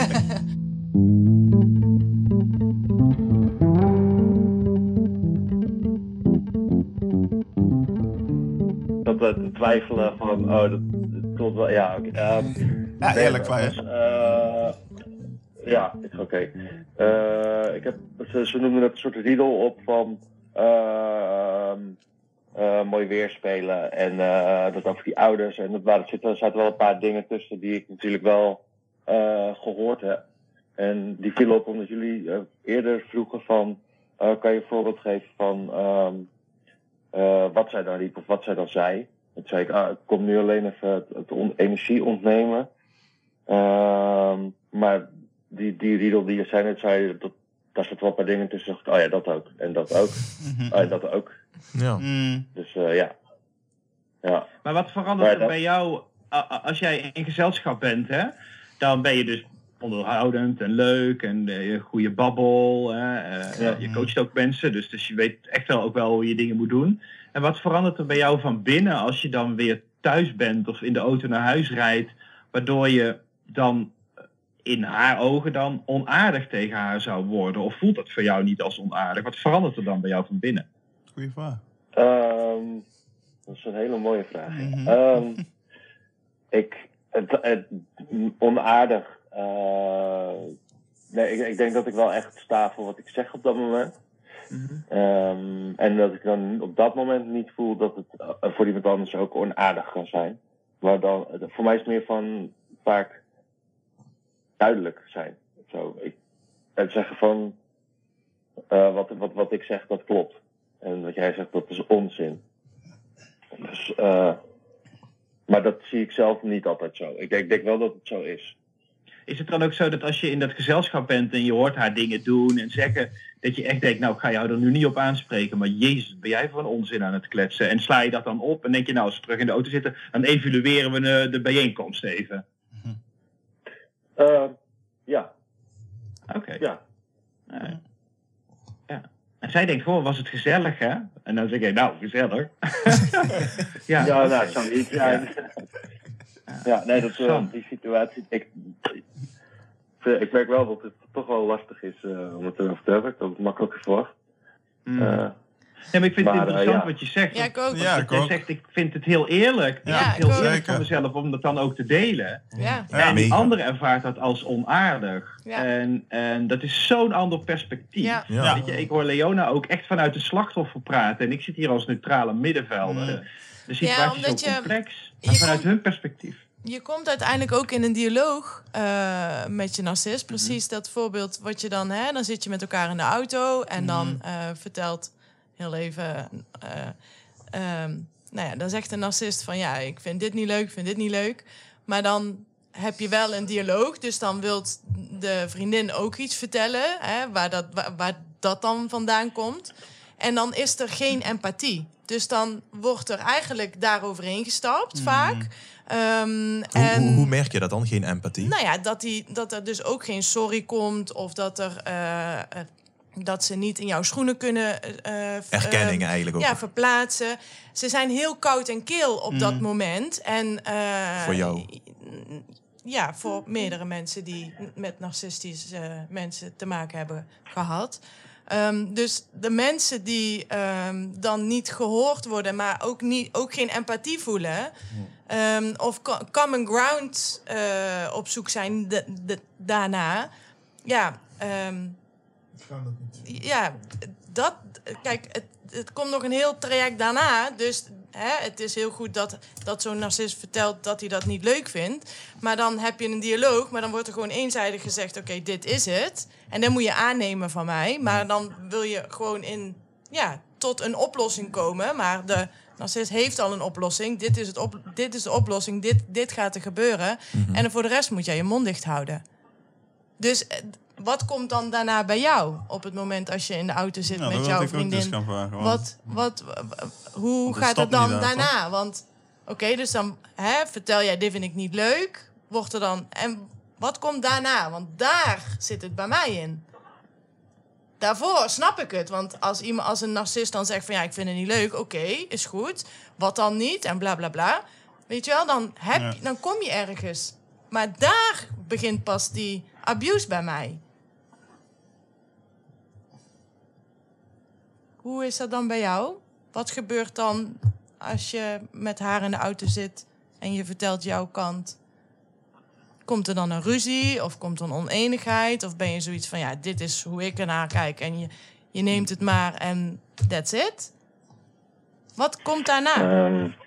dat we te twijfelen van, oh, dat, dat klopt wel. Ja, oké. Okay. Um, Ja, eerlijk van je. dus, uh, ja, is oké. Okay. Uh, ik heb, ze, ze noemden het een soort riedel op van uh, uh, mooi weer spelen en uh, dat over die ouders. En dat waren, er zitten, er zaten wel een paar dingen tussen die ik natuurlijk wel uh, gehoord heb. En die viel op omdat jullie uh, eerder vroegen van, uh, kan je een voorbeeld geven van um, uh, wat zij dan riep of wat zij dan zei. Toen zei ik, ah, ik kom nu alleen even het, het on- energie ontnemen. Uh, maar die, die riedel die je zei net zei, dat, daar zitten wel een paar dingen tussen. Oh ja, dat ook. En dat ook. Mhm. Oh ja, dat ook. Ja. Mm. Dus uh, ja. Ja. Maar wat verandert Maar er dat- bij jou a- a- als jij in gezelschap bent, hè? Dan ben je dus onderhoudend en leuk en uh, je goede babbel. Hè? Uh, Ja. Je coacht ook mensen, dus, dus je weet echt wel ook wel hoe je dingen moet doen. En wat verandert er bij jou van binnen als je dan weer thuis bent of in de auto naar huis rijdt, waardoor je dan in haar ogen dan onaardig tegen haar zou worden? Of voelt dat voor jou niet als onaardig? Wat verandert er dan bij jou van binnen? Goeie vraag. Um, dat is een hele mooie vraag. Mhm. Um, ik, het, het, onaardig. Uh, nee, ik, ik denk dat ik wel echt sta voor wat ik zeg op dat moment. Mhm. Um, en dat ik dan op dat moment niet voel dat het uh, voor iemand anders ook onaardig kan zijn. Maar dan, uh, voor mij is het meer van vaak duidelijk zijn. Zo, ik, het zeggen van uh, wat, wat, wat ik zeg, dat klopt. En wat jij zegt, dat is onzin. Dus, uh, maar dat zie ik zelf niet altijd zo. Ik denk, ik denk wel dat het zo is. Is het dan ook zo dat als je in dat gezelschap bent en je hoort haar dingen doen en zeggen, dat je echt denkt, nou ik ga jou er nu niet op aanspreken, maar jezus, ben jij voor een onzin aan het kletsen? En sla je dat dan op en denk je, nou als we terug in de auto zitten, dan evalueren we de, de bijeenkomst even. Uh, ja. Oké. Okay. Ja. Uh, ja. En zij denkt, goh, was het gezellig hè? En dan zeg ik, nou gezellig. ja. ja, nou, zo niet. Ja, ja. ja nee, dat uh, die situatie. Ik, ik merk wel dat het toch wel lastig is uh, om het erover te hebben. Ik had het makkelijker verwacht. Mm. Uh, Ja, maar ik vind het maar, interessant uh, ja. wat je zegt. Ja, ik ook. Ja, ik jij ook. zegt, ik vind het heel eerlijk. Ja, ik vind het ik heel ook. eerlijk van Zeker. mezelf om dat dan ook te delen. Ja. Ja, en die mega. andere ervaart dat als onaardig. Ja. En, en dat is zo'n ander perspectief. Ja. Ja. Weet je, ik hoor Leona ook echt vanuit de slachtoffer praten. En ik zit hier als neutrale middenvelder. Mm. De situatie omdat is zo je- complex. je Maar vanuit komt- hun perspectief. Je komt uiteindelijk ook in een dialoog uh, met je narcist. Precies dat voorbeeld wat je dan... Hè, dan zit je met elkaar in de auto en dan uh, vertelt heel even... Uh, um, nou ja, dan zegt de narcist van... ja, ik vind dit niet leuk, ik vind dit niet leuk. Maar dan heb je wel een dialoog. Dus dan wil de vriendin ook iets vertellen... Hè, waar, dat, waar, waar dat dan vandaan komt. En dan is er geen empathie. Dus dan wordt er eigenlijk daaroverheen gestapt, vaak... Um, Hoe, en, hoe, hoe merk je dat dan, geen empathie? Nou ja, dat, die, dat er dus ook geen sorry komt... of dat, er, uh, uh, dat ze niet in jouw schoenen kunnen... Uh, Erkenning uh, eigenlijk ook. Ja, verplaatsen. Ze zijn heel koud en kil op Mm. dat moment. En, uh, Voor jou? Ja, voor meerdere mensen die met narcistische uh, mensen te maken hebben gehad... Um, dus de mensen die um, dan niet gehoord worden, maar ook, niet, ook geen empathie voelen... Um, of co- common ground uh, op zoek zijn de, de, daarna... Ja, um, ja, dat... Kijk, het, het komt nog een heel traject daarna, dus... Hè, het is heel goed dat, dat zo'n narcist vertelt dat hij dat niet leuk vindt. Maar dan heb je een dialoog, maar dan wordt er gewoon eenzijdig gezegd... oké, okay, dit is het. En dan moet je aannemen van mij. Maar dan wil je gewoon in, ja, tot een oplossing komen. Maar de narcist heeft al een oplossing. Dit is, het op, dit is de oplossing, dit, dit gaat er gebeuren. Mm-hmm. En voor de rest moet jij je mond dicht houden. Dus wat komt dan daarna bij jou? Op het moment als je in de auto zit Nou, met dat jouw wil ik ook vriendin. dus gaan vragen, want- wat, wat, w- hoe Want het gaat het stopt dan niet daar, daarna? Want oké, okay, dus dan hè, vertel jij, dit vind ik niet leuk. Wordt er dan... En wat komt daarna? Want daar zit het bij mij in. Daarvoor snap ik het. Want als, iemand, als een narcist dan zegt van ja, ik vind het niet leuk. Oké, okay, is goed. Wat dan niet? En bla bla bla. Weet je wel, dan, heb, Ja. dan kom je ergens. Maar daar begint pas die abuse bij mij. Hoe is dat dan bij jou? Wat gebeurt dan als je met haar in de auto zit en je vertelt jouw kant? Komt er dan een ruzie of komt er een oneenigheid? Of ben je zoiets van, ja, dit is hoe ik ernaar kijk en je, je neemt het maar en that's it? Wat komt daarna? Um,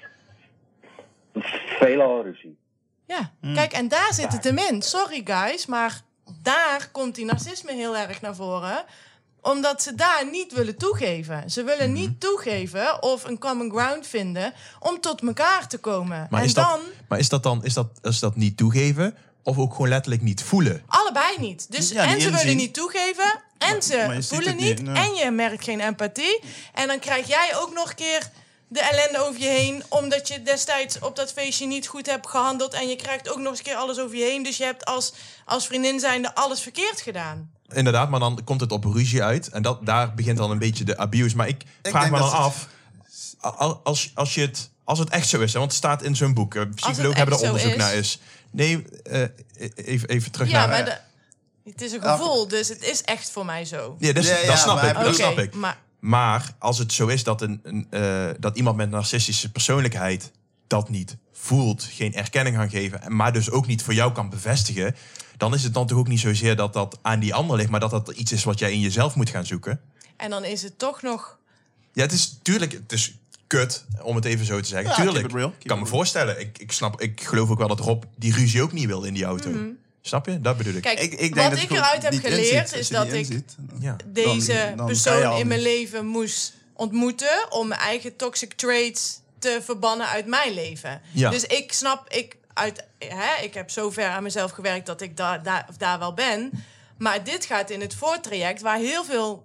veelal ruzie. Ja, kijk, en daar zit het hem in. Sorry guys, maar daar komt die narcisme heel erg naar voren. Omdat ze daar niet willen toegeven. Ze willen niet toegeven of een common ground vinden om tot elkaar te komen. Maar, en is, dat, dan maar is dat dan is dat, is dat niet toegeven of ook gewoon letterlijk niet voelen? allebei niet. Dus Ja, die en ze inzien. willen niet toegeven en maar ze je ziet voelen het niet. niet, nee. En je merkt geen empathie. En dan krijg jij ook nog een keer de ellende over je heen, omdat je destijds op dat feestje niet goed hebt gehandeld en je krijgt ook nog eens een keer alles over je heen. Dus je hebt als, als vriendin zijnde alles verkeerd gedaan. Inderdaad, maar dan komt het op ruzie uit. En dat, daar begint dan een beetje de abuse. Maar ik, Ik vraag denk me dan dat het- af, al- als, als, je het, als het echt zo is, hè, want het staat in zo'n boek. eh, Psychologen echt hebben er zo onderzoek is. naar is. Nee, eh, even, even terug Ja, naar... maar eh, de- het is een gevoel, dus het is echt voor mij zo. ja, dat, is- Ja, ja, dat snap maar ik, hij- dat Oké, snap ik. maar Maar als het zo is dat, een, een, eh, dat iemand met een narcistische persoonlijkheid dat niet voelt, geen erkenning kan geven, maar dus ook niet voor jou kan bevestigen, dan is het dan toch ook niet zozeer dat dat aan die ander ligt, maar dat dat iets is wat jij in jezelf moet gaan zoeken. en dan is het toch nog... Ja, het is tuurlijk, het is kut, om het even zo te zeggen. Ja, tuurlijk, keep it real, ik keep kan it me real. voorstellen. Ik, ik, snap, ik geloof ook wel dat Rob die ruzie ook niet wil in die auto. Snap je? Dat bedoel ik. Kijk, Ik, ik denk wat dat ik het eruit heb niet geleerd inziet. Als is je dat niet ik inziet, dan- Ja. deze dan- dan kan je persoon al in mijn niet. leven moest ontmoeten om mijn eigen toxic traits te verbannen uit mijn leven. Ja. Dus ik snap, ik, uit, hè, ik heb zover aan mezelf gewerkt dat ik daar, daar, daar wel ben. Maar dit gaat in het voortraject waar heel veel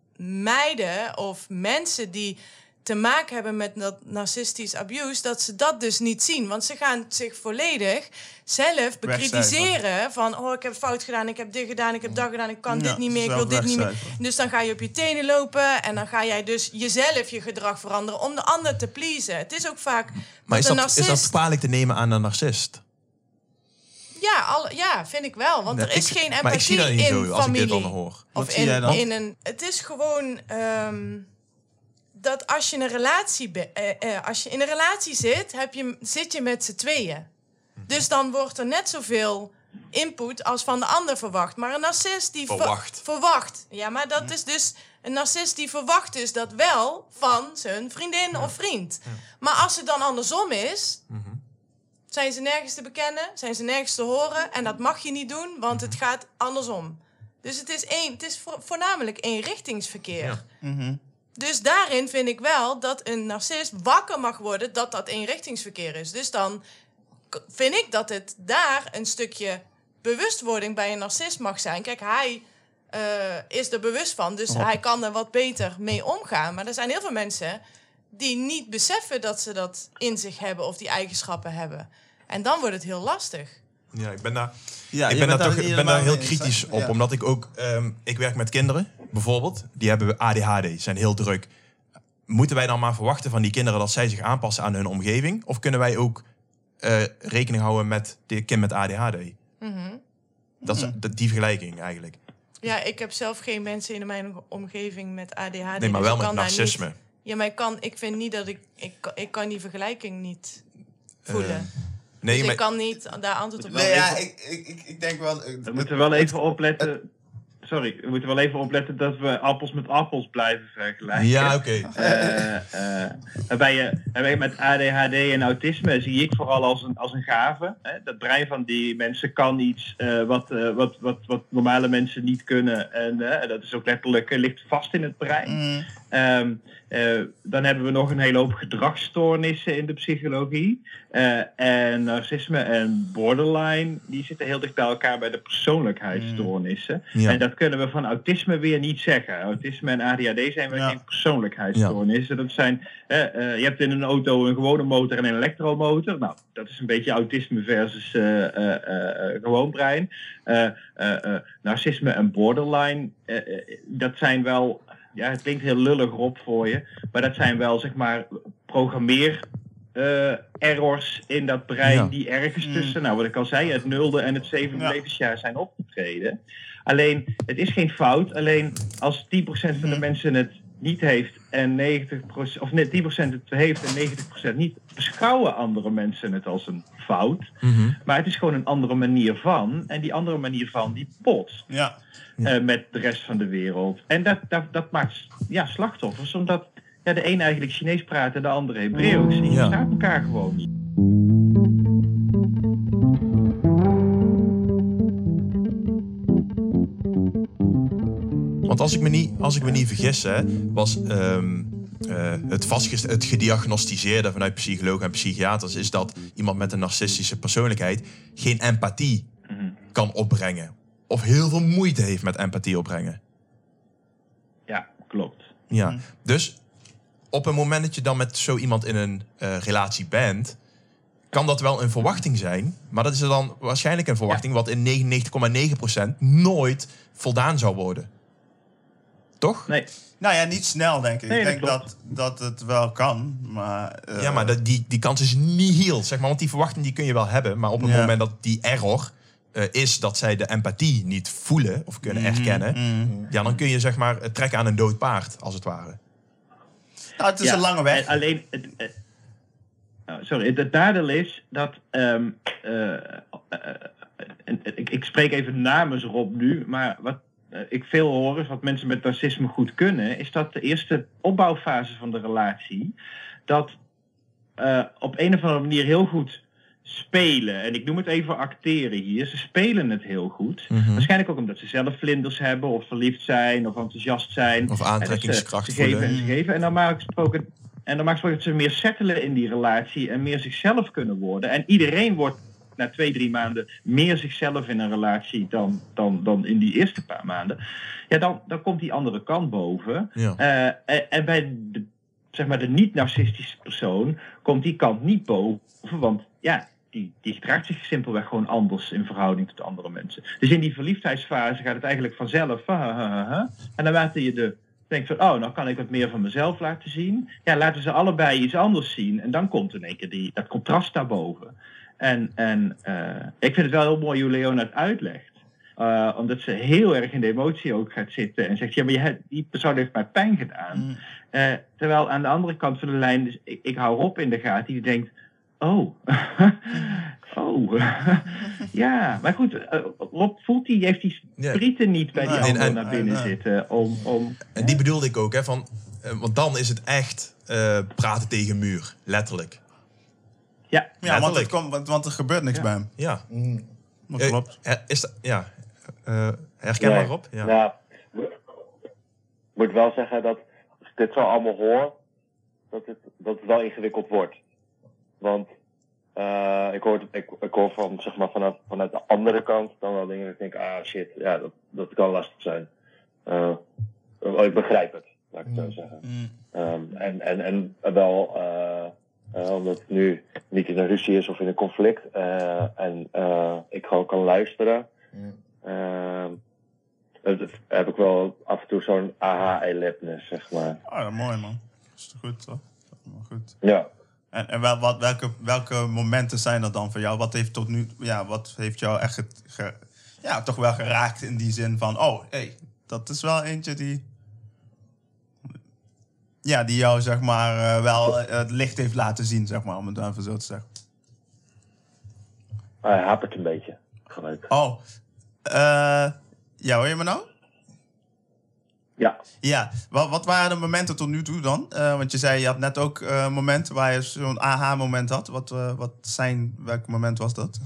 meiden of mensen die te maken hebben met dat narcistisch abuse, dat ze dat dus niet zien. Want ze gaan zich volledig zelf bekritiseren van, oh, ik heb fout gedaan, ik heb dit gedaan, ik heb dat gedaan, ik kan Ja, dit niet meer, ik wil zelf dit niet meer. wegcijferen. Dus dan ga je op je tenen lopen en dan ga jij dus jezelf je gedrag veranderen om de ander te pleasen. Het is ook vaak Maar is dat een dat, is narcist... dat kwalijk te nemen aan een narcist? Ja, alle, ja, vind ik wel. Want er Nee, is ik- geen empathie maar ik zie dat niet in zo als familie. ik dit dan hoor. Wat Of zie in, jij dan? in een... Het is gewoon... ehm, dat als je in een relatie, be- eh, eh, als je in een relatie zit, heb je, zit je met z'n tweeën. Dus dan wordt er net zoveel input als van de ander verwacht. Maar een narcist die... ver- Verwacht. verwacht. Ja, maar dat is dus... Een narcist die verwacht dus dat wel van zijn vriendin of vriend. Maar als het dan andersom is... zijn ze nergens te bekennen, zijn ze nergens te horen. En dat mag je niet doen, want het gaat andersom. Dus het is, één, het is vo- voornamelijk eenrichtingsverkeer. Ja. Mhm. Dus daarin vind ik wel dat een narcist wakker mag worden dat dat eenrichtingsverkeer is. Dus dan k- vind ik dat het daar een stukje bewustwording bij een narcist mag zijn. Kijk, hij eh, is er bewust van, dus hij kan er wat beter mee omgaan. Maar er zijn heel veel mensen die niet beseffen dat ze dat in zich hebben of die eigenschappen hebben. En dan wordt het heel lastig. Ja, ik ben daar, Ja, ik je ben bent daar, toch, niet ik ben daar helemaal heel mee eens, kritisch hè? op. Ja. Omdat ik ook... ehm, ik werk met kinderen, bijvoorbeeld. Die hebben A D H D, zijn heel druk. Moeten wij dan maar verwachten van die kinderen dat zij zich aanpassen aan hun omgeving? Of kunnen wij ook eh, rekening houden met de kind met A D H D? Dat is dat- die vergelijking eigenlijk. Ja, ik heb zelf geen mensen in mijn omgeving met A D H D. Nee, maar dus wel ik met kan daar narcisme. niet- Ja, maar ik, kan, ik vind niet dat ik... Ik, kan- ik kan die vergelijking niet voelen. Eh, Nee, dus maar ik kan niet daar antwoord op Nee, geven. ja, ik, ik, ik, ik denk wel... eh, We moeten wel even opletten. Sorry, we moeten wel even opletten dat we appels met appels blijven vergelijken. ja, oké. Eh, eh, waarbij je, waarbij je met A D H D en autisme zie ik vooral als een, als een gave. Hè? Dat brein van die mensen kan iets eh, wat, eh, wat, wat, wat normale mensen niet kunnen. En eh, dat is ook letterlijk, eh, ligt vast in het brein. mm, Um, uh, dan hebben we nog een hele hoop gedragsstoornissen in de psychologie. Uh, en narcisme en borderline, die zitten heel dicht bij elkaar bij de persoonlijkheidsstoornissen. Ja. En dat kunnen we van autisme weer niet zeggen. Autisme en A D H D zijn weer ja. geen persoonlijkheidsstoornissen. Ja. Dat zijn, uh, uh, je hebt in een auto een gewone motor en een elektromotor. Nou, dat is een beetje autisme versus uh, uh, uh, uh, gewoon brein. Uh, uh, uh, narcisme en borderline, uh, uh, dat zijn wel... Ja, het klinkt heel lullig Rob voor je, maar dat zijn wel zeg maar programmeer uh, errors in dat brein ja. die ergens tussen, nou wat ik al zei, het nulde en het zevende ja. levensjaar zijn opgetreden. Alleen, het is geen fout, alleen als tien procent van de mensen het niet heeft en negentig procent, of net tien procent het heeft en negentig procent niet, beschouwen andere mensen het als een fout. Mm-hmm. Maar het is gewoon een andere manier van, en die andere manier van die botst. Ja. Uh, met de rest van de wereld. En dat, dat, dat maakt ja, slachtoffers, omdat ja, de een eigenlijk Chinees praat en de andere Hebreeuws. En je ja. verstaat elkaar gewoon niet. Want als ik me niet, als ik me niet vergis, hè, was um, uh, het, vastgest- het gediagnosticeerde vanuit psychologen en psychiaters is dat iemand met een narcistische persoonlijkheid geen empathie mm-hmm. kan opbrengen. Of heel veel moeite heeft met empathie opbrengen. Ja, klopt. Ja, mm. Dus op het moment dat je dan met zo iemand in een uh, relatie bent, kan dat wel een verwachting zijn. Maar dat is er dan waarschijnlijk een verwachting ja. wat in negenennegentig komma negen procent nooit voldaan zou worden. Toch? Nee. Nou ja, niet snel denk ik. Nee, ik denk dat, dat, dat het wel kan. Maar, uh... Ja, maar dat, die, die kans is niet heel, zeg maar. Want die verwachting die kun je wel hebben. Maar op het ja. moment dat die error... Uh, is dat zij de empathie niet voelen of kunnen erkennen, mm-hmm. ja, dan kun je zeg maar trekken aan een dood paard, als het ware. Nou, het is ja, een lange weg. Alleen, het, het, oh, sorry, het, het nadeel is dat, um, uh, uh, uh, ik, ik spreek even namens Rob nu, maar wat uh, ik veel hoor is wat mensen met narcisme goed kunnen, is dat de eerste opbouwfase van de relatie, dat uh, op een of andere manier heel goed spelen. En ik noem het even acteren hier. Ze spelen het heel goed. Mm-hmm. Waarschijnlijk ook omdat ze zelf vlinders hebben, of verliefd zijn, of enthousiast zijn. Of aantrekkingskracht dus, uh, ze geven en ze geven. En normaal gesproken, en normaal gesproken dat ze meer settelen in die relatie en meer zichzelf kunnen worden. En iedereen wordt na twee, drie maanden meer zichzelf in een relatie dan, dan, dan in die eerste paar maanden. Ja, dan, dan komt die andere kant boven. Ja. Uh, en, en bij de, zeg maar de niet-narcistische persoon komt die kant niet boven, want ja, Die, die gedraagt zich simpelweg gewoon anders in verhouding tot andere mensen. Dus in die verliefdheidsfase gaat het eigenlijk vanzelf. Ha, ha, ha, ha. En dan laten je de denkt van, oh, nou kan ik wat meer van mezelf laten zien. Ja, laten ze allebei iets anders zien. En dan komt in één keer die, dat contrast daarboven. En, en uh, ik vind het wel heel mooi hoe Leona het uitlegt. Uh, omdat ze heel erg in de emotie ook gaat zitten. En zegt, ja, maar je hebt, die persoon heeft mij pijn gedaan. Mm. Uh, terwijl aan de andere kant van de lijn, dus ik, ik hou Rob in de gaten, die denkt, oh, oh, ja, maar goed, uh, Rob voelt die, heeft die sprieten ja. niet bij die nee, ander naar binnen uh, zitten. Om, om, en die bedoelde ik ook, hè, van, uh, want dan is het echt uh, praten tegen muur, letterlijk. Ja, ja want, het komt, want, want er gebeurt niks ja. bij hem. Ja. Mm. Dat klopt. Uh, is dat, ja, uh, herkenbaar nee. Rob? Ja. Nou, ik moet wel zeggen dat als ik dit zo allemaal hoor, dat het, dat het wel ingewikkeld wordt. Want uh, ik, hoor, ik, ik hoor van, zeg maar, vanuit, vanuit de andere kant dan wel dingen dat ik denk, ah shit, ja, dat, dat kan lastig zijn. Uh, ik begrijp het, laat ik het zo zeggen. Mm. Um, en, en, en wel, uh, uh, omdat het nu niet in een ruzie is of in een conflict, uh, en uh, ik gewoon kan luisteren, mm. uh, dat heb ik wel af en toe zo'n aha-erlebnis, zeg maar. Oh ja, mooi man. Dat is goed, toch? Goed. Ja. En, en wel, wat, welke, welke momenten zijn er dan voor jou? Wat heeft tot nu, ja, wat heeft jou echt ge, ja, toch wel geraakt in die zin van, oh, hé, hey, dat is wel eentje die, ja, die jou, zeg maar, uh, wel uh, het licht heeft laten zien, zeg maar, om het even zo te zeggen. Hij hapert een beetje, gelijk. Oh, uh, ja, hoor je me nou? Ja. Ja, wat, wat waren de momenten tot nu toe dan? Uh, want je zei, je had net ook uh, momenten waar je zo'n aha-moment had. Wat, uh, wat zijn, welk moment was dat?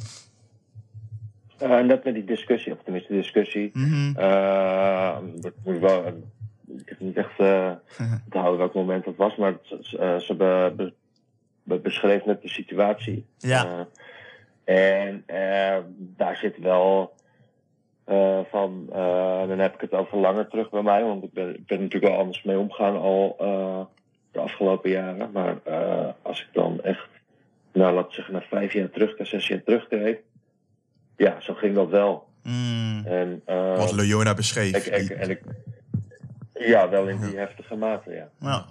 Uh, net met die discussie, of tenminste discussie. Mm-hmm. Uh, dat moet wel, ik heb niet echt uh, te houden welk moment dat was, maar het, uh, ze be, be, be, beschreef net de situatie. Ja. Uh, en uh, daar zit wel uh, van, uh, dan heb ik het over langer terug bij mij, want ik ben, ik ben natuurlijk wel anders mee omgegaan al uh, de afgelopen jaren. Maar uh, als ik dan echt, nou laat ik zeggen, naar vijf jaar terug, naar zes jaar terugkreeg, ja, zo ging dat wel. Mm. En, uh, Wat Leona beschreef. ik, ik, en ik, ja, wel in die heftige mate, ja. Ja.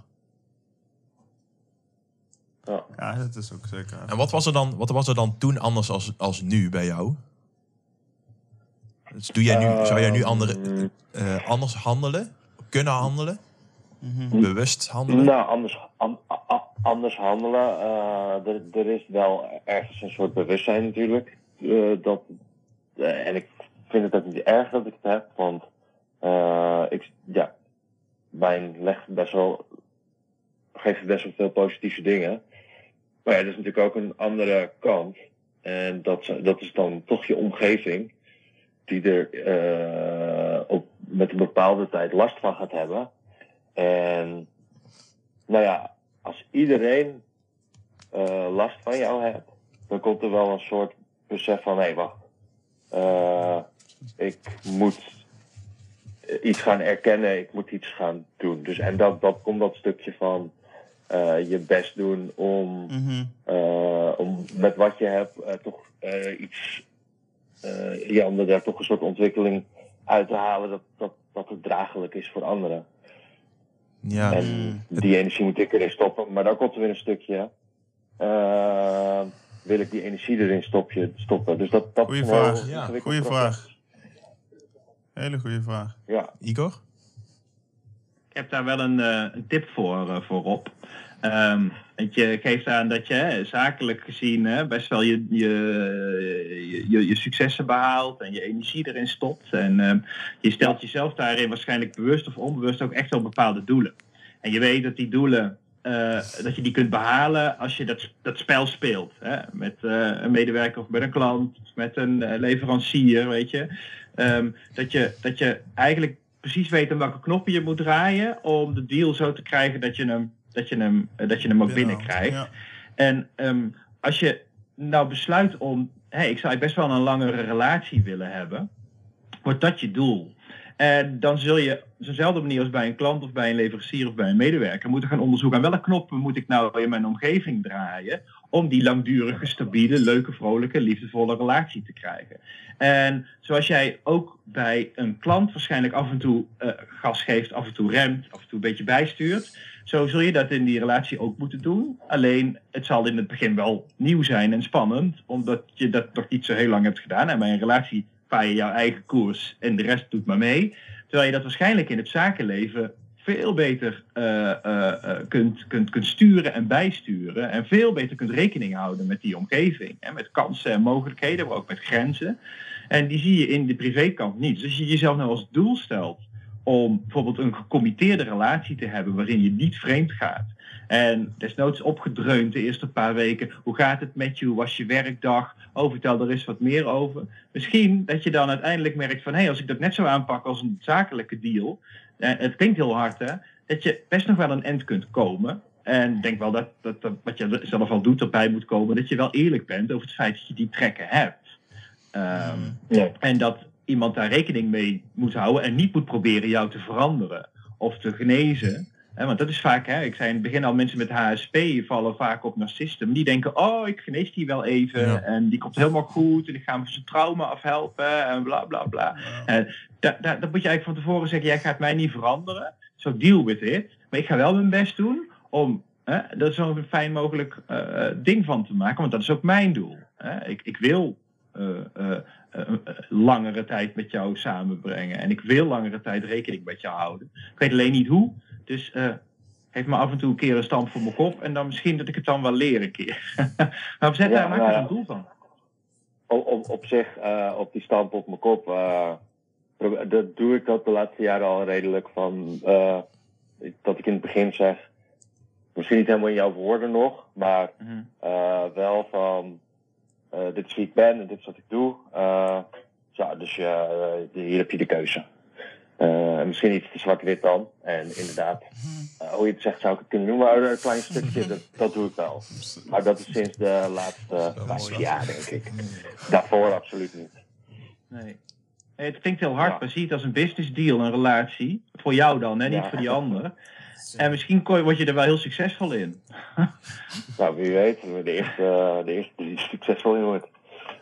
Ja, ja, dat is ook zeker. En wat was er dan, wat was er dan toen anders als, als nu bij jou? Dus doe jij nu, uh, zou jij nu andere, uh, anders handelen? Kunnen handelen? Mm-hmm. Bewust handelen? Nou, anders, an, a, anders handelen. Uh, er, er is wel ergens een soort bewustzijn natuurlijk. Uh, dat, uh, en ik vind het ook niet erg dat ik het heb, want uh, ik, ja, mijn legt best wel, geeft best wel veel positieve dingen. Maar ja, er is natuurlijk ook een andere kant. En dat, dat is dan toch je omgeving die er uh, op, met een bepaalde tijd last van gaat hebben. En nou ja, als iedereen uh, last van jou hebt, dan komt er wel een soort besef van, hé, hey, wacht. Uh, ik moet iets gaan erkennen, ik moet iets gaan doen. Dus, en dat, dat komt dat stukje van uh, je best doen om, mm-hmm. uh, om met wat je hebt uh, toch uh, iets, uh, ja, om er daar toch een soort ontwikkeling uit te halen dat, dat, dat het draaglijk is voor anderen. Ja. En die energie moet ik erin stoppen. Maar dan komt er weer een stukje. Uh, wil ik die energie erin stopje, stoppen? Dus dat, dat goeie is vraag. Ja. Goeie vraag. Hele goede vraag. Ja. Igor? Ik heb daar wel een, uh, een tip voor, uh, voor Rob. Um, want je geeft aan dat je hè, zakelijk gezien hè, best wel je, je, je, je successen behaalt en je energie erin stopt. En um, je stelt jezelf daarin waarschijnlijk bewust of onbewust ook echt wel bepaalde doelen. En je weet dat die doelen, uh, dat je die kunt behalen als je dat, dat spel speelt. Hè? Met uh, een medewerker of met een klant, of met een uh, leverancier, weet je. Um, dat je. Dat je eigenlijk precies weet aan welke knoppen je moet draaien om de deal zo te krijgen dat je hem, dat je hem, dat je hem ook binnenkrijgt. Ja. En um, als je nou besluit om, hé, hey, ik zou best wel een langere relatie willen hebben, wordt dat je doel. En dan zul je op dezelfde manier als bij een klant of bij een leverancier of bij een medewerker moeten gaan onderzoeken aan welke knoppen moet ik nou in mijn omgeving draaien om die langdurige, stabiele, leuke, vrolijke, liefdevolle relatie te krijgen. En zoals jij ook bij een klant waarschijnlijk af en toe uh, gas geeft, af en toe remt, af en toe een beetje bijstuurt, zo zul je dat in die relatie ook moeten doen. Alleen, het zal in het begin wel nieuw zijn en spannend, omdat je dat nog niet zo heel lang hebt gedaan. En bij een relatie vaar je jouw eigen koers en de rest doet maar mee. Terwijl je dat waarschijnlijk in het zakenleven veel beter uh, uh, uh, kunt, kunt, kunt sturen en bijsturen. En veel beter kunt rekening houden met die omgeving. Hè, met kansen en mogelijkheden, maar ook met grenzen. En die zie je in de privékant niet. Dus als je jezelf nou als doel stelt om bijvoorbeeld een gecommitteerde relatie te hebben waarin je niet vreemd gaat. En desnoods opgedreund de eerste paar weken. Hoe gaat het met je? Hoe was je werkdag? Oh, vertel er eens wat meer over. Misschien dat je dan uiteindelijk merkt van, hé, hey, als ik dat net zo aanpak als een zakelijke deal, eh, het klinkt heel hard, hè, dat je best nog wel een eind kunt komen. En ik denk wel dat, dat, dat wat je zelf al doet erbij moet komen, dat je wel eerlijk bent over het feit dat je die trekken hebt. Um, ja. En dat iemand daar rekening mee moet houden en niet moet proberen jou te veranderen of te genezen. He, want dat is vaak, hè, ik zei in het begin al, mensen met H S P vallen vaak op narcisten. Die denken, oh, ik genees die wel even. Ja. En die komt helemaal goed. En ik ga hem van zijn trauma afhelpen. En bla, bla, bla. Ja. En da, da, dat moet je eigenlijk van tevoren zeggen, jij gaat mij niet veranderen. So deal with it. Maar ik ga wel mijn best doen om hè, er zo'n fijn mogelijk uh, ding van te maken. Want dat is ook mijn doel. Hè. Ik, ik wil uh, uh, uh, uh, langere tijd met jou samenbrengen. En ik wil langere tijd rekening met jou houden. Ik weet alleen niet hoe. Dus uh, geef me af en toe een keer een stamp voor mijn kop. En dan misschien dat ik het dan wel leer een keer. Maar zet daar, ja, maak er nou, een doel van. Op, op, op zich, uh, op die stamp op mijn kop, uh, dat doe ik dat de laatste jaren al redelijk van, uh, dat ik in het begin zeg, misschien niet helemaal in jouw woorden nog, maar mm-hmm. uh, wel van, uh, dit is wie ik ben en dit is wat ik doe. Uh, zo, dus uh, hier heb je de keuze. Uh, misschien iets te zwart-wit dan. En inderdaad, uh, hoe je het zegt, zou ik het kunnen noemen. Maar een klein stukje, dat, dat doe ik wel. Maar dat is sinds de laatste vijf jaar, denk ik. Daarvoor absoluut niet. Nee. Het klinkt heel hard, ja. Maar zie het als een business deal, een relatie. Voor jou dan, hè? Niet ja. voor die ander. En misschien word je er wel heel succesvol in. Nou, wie weet. De eerste, de eerste die succesvol in wordt.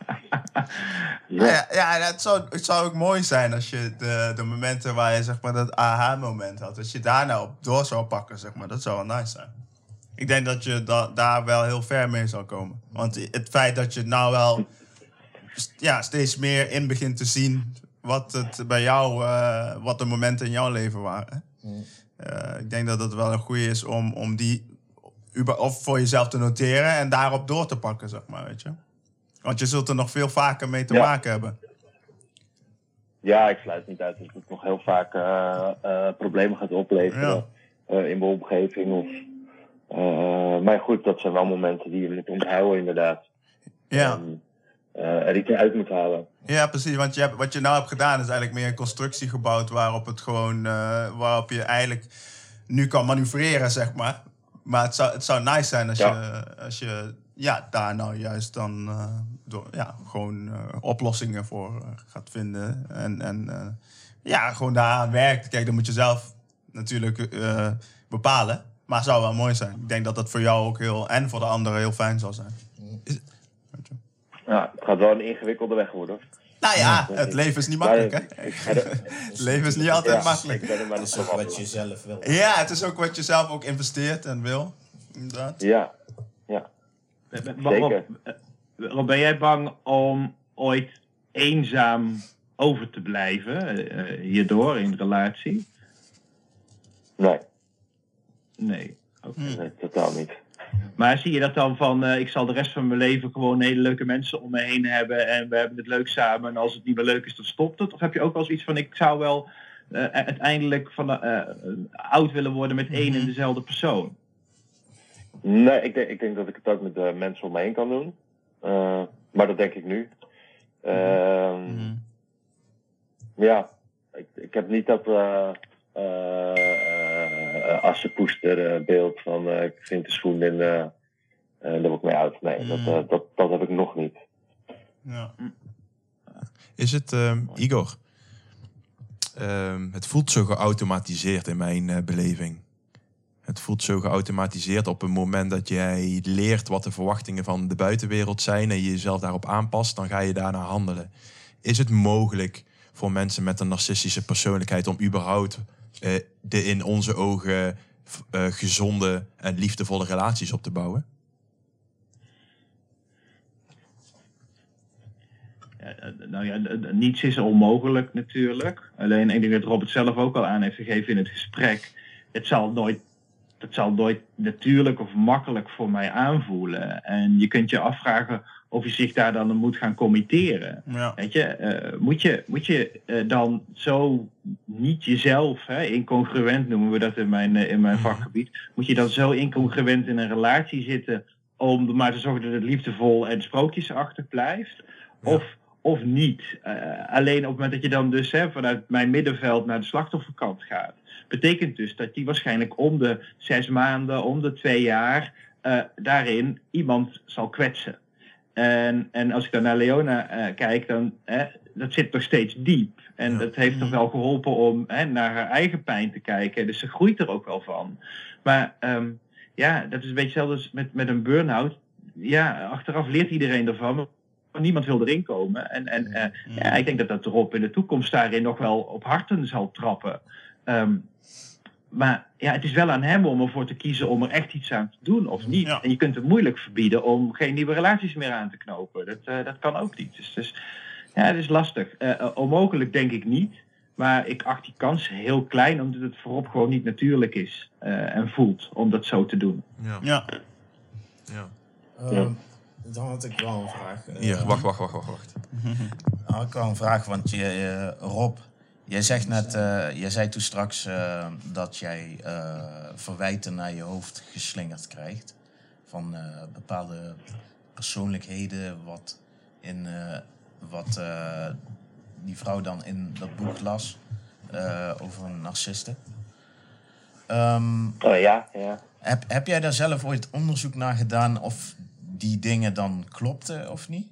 Ja, ja, ja het, zou, het zou ook mooi zijn als je de, de momenten waar je zeg maar dat aha-moment had, als je daar nou op door zou pakken, zeg maar, dat zou wel nice zijn. Ik denk dat je da, daar wel heel ver mee zal komen. Want het feit dat je nou wel ja, steeds meer in begint te zien wat het bij jou, uh, wat de momenten in jouw leven waren. Mm. Uh, ik denk dat het wel een goede is om, om die of voor jezelf te noteren en daarop door te pakken, zeg maar, weet je. Want je zult er nog veel vaker mee te ja. maken hebben. Ja, ik sluit niet uit dat het nog heel vaak uh, uh, problemen gaat opleveren ja. uh, in mijn omgeving. Of, uh, maar goed, dat zijn wel momenten die je moet onthouden inderdaad. Ja. Um, uh, er iets uit moet halen. Ja, precies. Want je hebt, wat je nou hebt gedaan is eigenlijk meer een constructie gebouwd waarop het gewoon, uh, waarop je eigenlijk nu kan manoeuvreren, zeg maar. Maar het zou, het zou nice zijn als ja. je, als je ja, daar nou juist dan uh, door, ja, gewoon uh, oplossingen voor uh, gaat vinden. En, en uh, ja, gewoon daaraan werkt. Kijk, dat moet je zelf natuurlijk uh, bepalen. Maar het zou wel mooi zijn. Ik denk dat dat voor jou ook heel, en voor de anderen heel fijn zal zijn. Is, ja, het gaat wel een ingewikkelde weg worden. Nou ja, het leven is niet makkelijk, hè? Het leven is niet altijd ja, makkelijk. Het is ook wat je zelf wil. Ja, het is ook wat je zelf ook investeert en wil. Inderdaad. Ja, ja. Rob, Rob, ben jij bang om ooit eenzaam over te blijven uh, hierdoor in de relatie? Nee. Nee, oké. Okay. Nee, totaal niet. Maar zie je dat dan van, uh, ik zal de rest van mijn leven gewoon hele leuke mensen om me heen hebben en we hebben het leuk samen en als het niet meer leuk is, dan stopt het? Of heb je ook wel zoiets van, ik zou wel uh, uiteindelijk van, uh, oud willen worden met één en dezelfde persoon? Nee, ik denk, ik denk dat ik het ook met de mensen om me heen kan doen. Uh, maar dat denk ik nu. Uh, mm. Ja, ik, ik heb niet dat uh, uh, uh, assenpoester uh, beeld van uh, ik vind de schoen en uh, uh, daar word ik mee oud. Nee, mm. dat, uh, dat, dat heb ik nog niet. Ja. Is het, uh, Igor, uh, het voelt zo geautomatiseerd in mijn uh, beleving. Het voelt zo geautomatiseerd op een moment dat jij leert wat de verwachtingen van de buitenwereld zijn en je jezelf daarop aanpast, dan ga je daarna handelen. Is het mogelijk voor mensen met een narcistische persoonlijkheid om überhaupt uh, de in onze ogen uh, gezonde en liefdevolle relaties op te bouwen? Ja, nou ja, niets is onmogelijk natuurlijk. Alleen, ik denk dat Robert zelf ook al aan heeft gegeven in het gesprek. Het zal nooit Dat zal nooit natuurlijk of makkelijk voor mij aanvoelen. En je kunt je afvragen of je zich daar dan moet gaan committeren. Ja. Weet je, uh, moet je, moet je uh, dan zo niet jezelf, hè, incongruent noemen we dat in mijn, uh, in mijn vakgebied, moet je dan zo incongruent in een relatie zitten om maar te zorgen dat het liefdevol en sprookjesachtig blijft? Ja. Of, of niet? Uh, alleen op het moment dat je dan dus hè, vanuit mijn middenveld naar de slachtofferkant gaat, betekent dus dat die waarschijnlijk om de zes maanden, om de twee jaar, uh, daarin iemand zal kwetsen. En, en als ik dan naar Leona uh, kijk, dan uh, dat zit nog steeds diep. En ja. dat heeft toch wel geholpen om uh, naar haar eigen pijn te kijken. Dus ze groeit er ook wel van. Maar um, ja, dat is een beetje hetzelfde met, met een burn-out. Ja, achteraf leert iedereen ervan. Maar niemand wil erin komen. En, en uh, ja, ik denk dat dat erop in de toekomst daarin nog wel op harten zal trappen. Um, Maar ja, het is wel aan hem om ervoor te kiezen om er echt iets aan te doen of niet. Ja. En je kunt het moeilijk verbieden om geen nieuwe relaties meer aan te knopen. Dat, uh, dat kan ook niet. Dus, dus ja, het is lastig. Uh, onmogelijk denk ik niet. Maar ik acht die kans heel klein, omdat het voorop gewoon niet natuurlijk is uh, en voelt om dat zo te doen. Ja. Ja. ja. Uh, ja. Dan had ik wel een vraag. Uh, Hier, wacht, wacht, wacht, wacht. wacht. Dan had ik wel een vraag, want je, uh, Rob, jij zegt net, uh, jij zei toen straks uh, dat jij uh, verwijten naar je hoofd geslingerd krijgt van uh, bepaalde persoonlijkheden, wat in uh, wat uh, die vrouw dan in dat boek las. uh, over narcisten. Um, oh ja, ja. Heb, heb jij daar zelf ooit onderzoek naar gedaan of die dingen dan klopten of niet?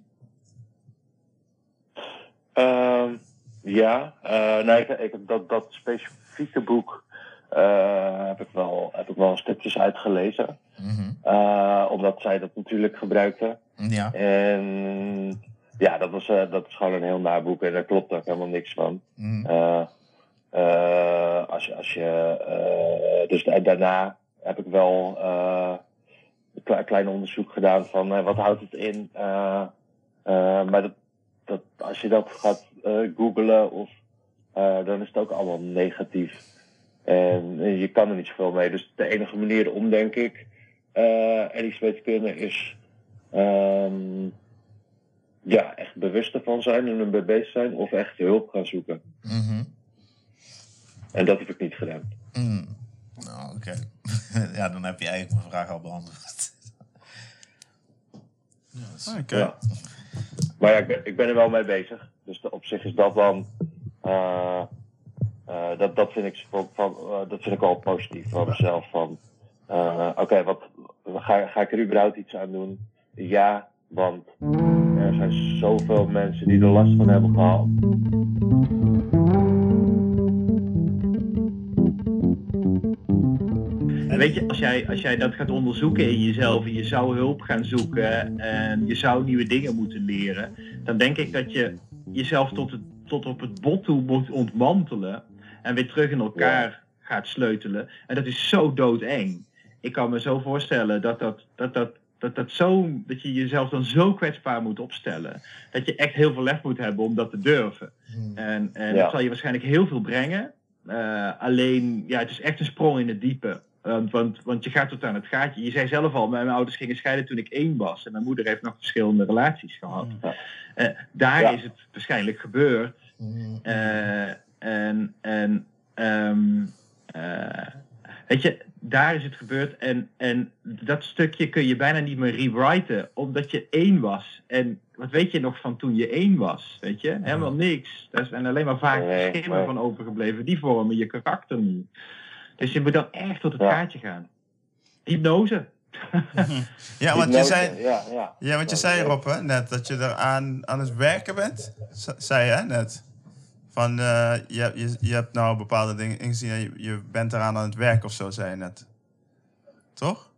Um, ja, uh, nee, ik, ik heb dat, dat specifieke boek uh, heb, ik wel, heb ik wel stukjes uitgelezen. Mm-hmm. Uh, omdat zij dat natuurlijk gebruikten. Ja. En ja, dat, was, uh, dat is gewoon een heel naar boek en daar klopt ook helemaal niks van. Mm. Uh, uh, als je, als je, uh, dus da- daarna heb ik wel uh, een kle- klein onderzoek gedaan van uh, wat houdt het in. Uh, uh, maar dat, dat, als je dat gaat uh, googlen, of, uh, dan is het ook allemaal negatief. En uh, je kan er niet zoveel mee. Dus de enige manier om, denk ik, uh, er iets mee te kunnen is um, ja, echt bewust ervan zijn en er mee bezig zijn of echt hulp gaan zoeken. Mm-hmm. En dat heb ik niet gedaan. Mm. Nou, oké. Okay. Ja, dan heb je eigenlijk mijn vraag al beantwoord. Ja, dus... Oké. Okay. Ja. Maar ja, ik ben, ik ben er wel mee bezig. Dus de, op zich is dat dan... Uh, uh, dat, dat, vind ik, van, van, uh, dat vind ik wel positief van mezelf. Van, uh, Oké, okay, wat ga, ga ik er überhaupt iets aan doen? Ja, want er zijn zoveel mensen die er last van hebben gehad. Weet je, als jij, als jij dat gaat onderzoeken in jezelf en je zou hulp gaan zoeken en je zou nieuwe dingen moeten leren, dan denk ik dat je jezelf tot, het, tot op het bot toe moet ontmantelen en weer terug in elkaar ja. gaat sleutelen. En dat is zo doodeng. Ik kan me zo voorstellen dat, dat, dat, dat, dat, dat, zo, dat je jezelf dan zo kwetsbaar moet opstellen, dat je echt heel veel lef moet hebben om dat te durven. Hmm. En, en ja. dat zal je waarschijnlijk heel veel brengen. Uh, alleen, ja, het is echt een sprong in het diepe. Um, want, want je gaat tot aan het gaatje. Je zei zelf al, mijn ouders gingen scheiden toen ik één was. En mijn moeder heeft nog verschillende relaties gehad. Ja. Uh, daar ja. is het waarschijnlijk gebeurd. Uh, en en um, uh, weet je, daar is het gebeurd. En, en dat stukje kun je bijna niet meer rewriten. Omdat je één was. En wat weet je nog van toen je één was? Weet je, helemaal niks. Daar zijn alleen maar vaak nee, schimmen nee. van overgebleven. Die vormen je karakter niet. Dus je moet dan echt tot het ja. gaatje gaan. Hypnose. ja, want je zei, ja, ja. ja, want je zei Rob, hè, net dat je er aan, aan het werken bent. Zei je hè, net. Van, uh, je, je, je hebt nou bepaalde dingen ingezien en je, je bent eraan aan het werken of zo, zei je net. Toch?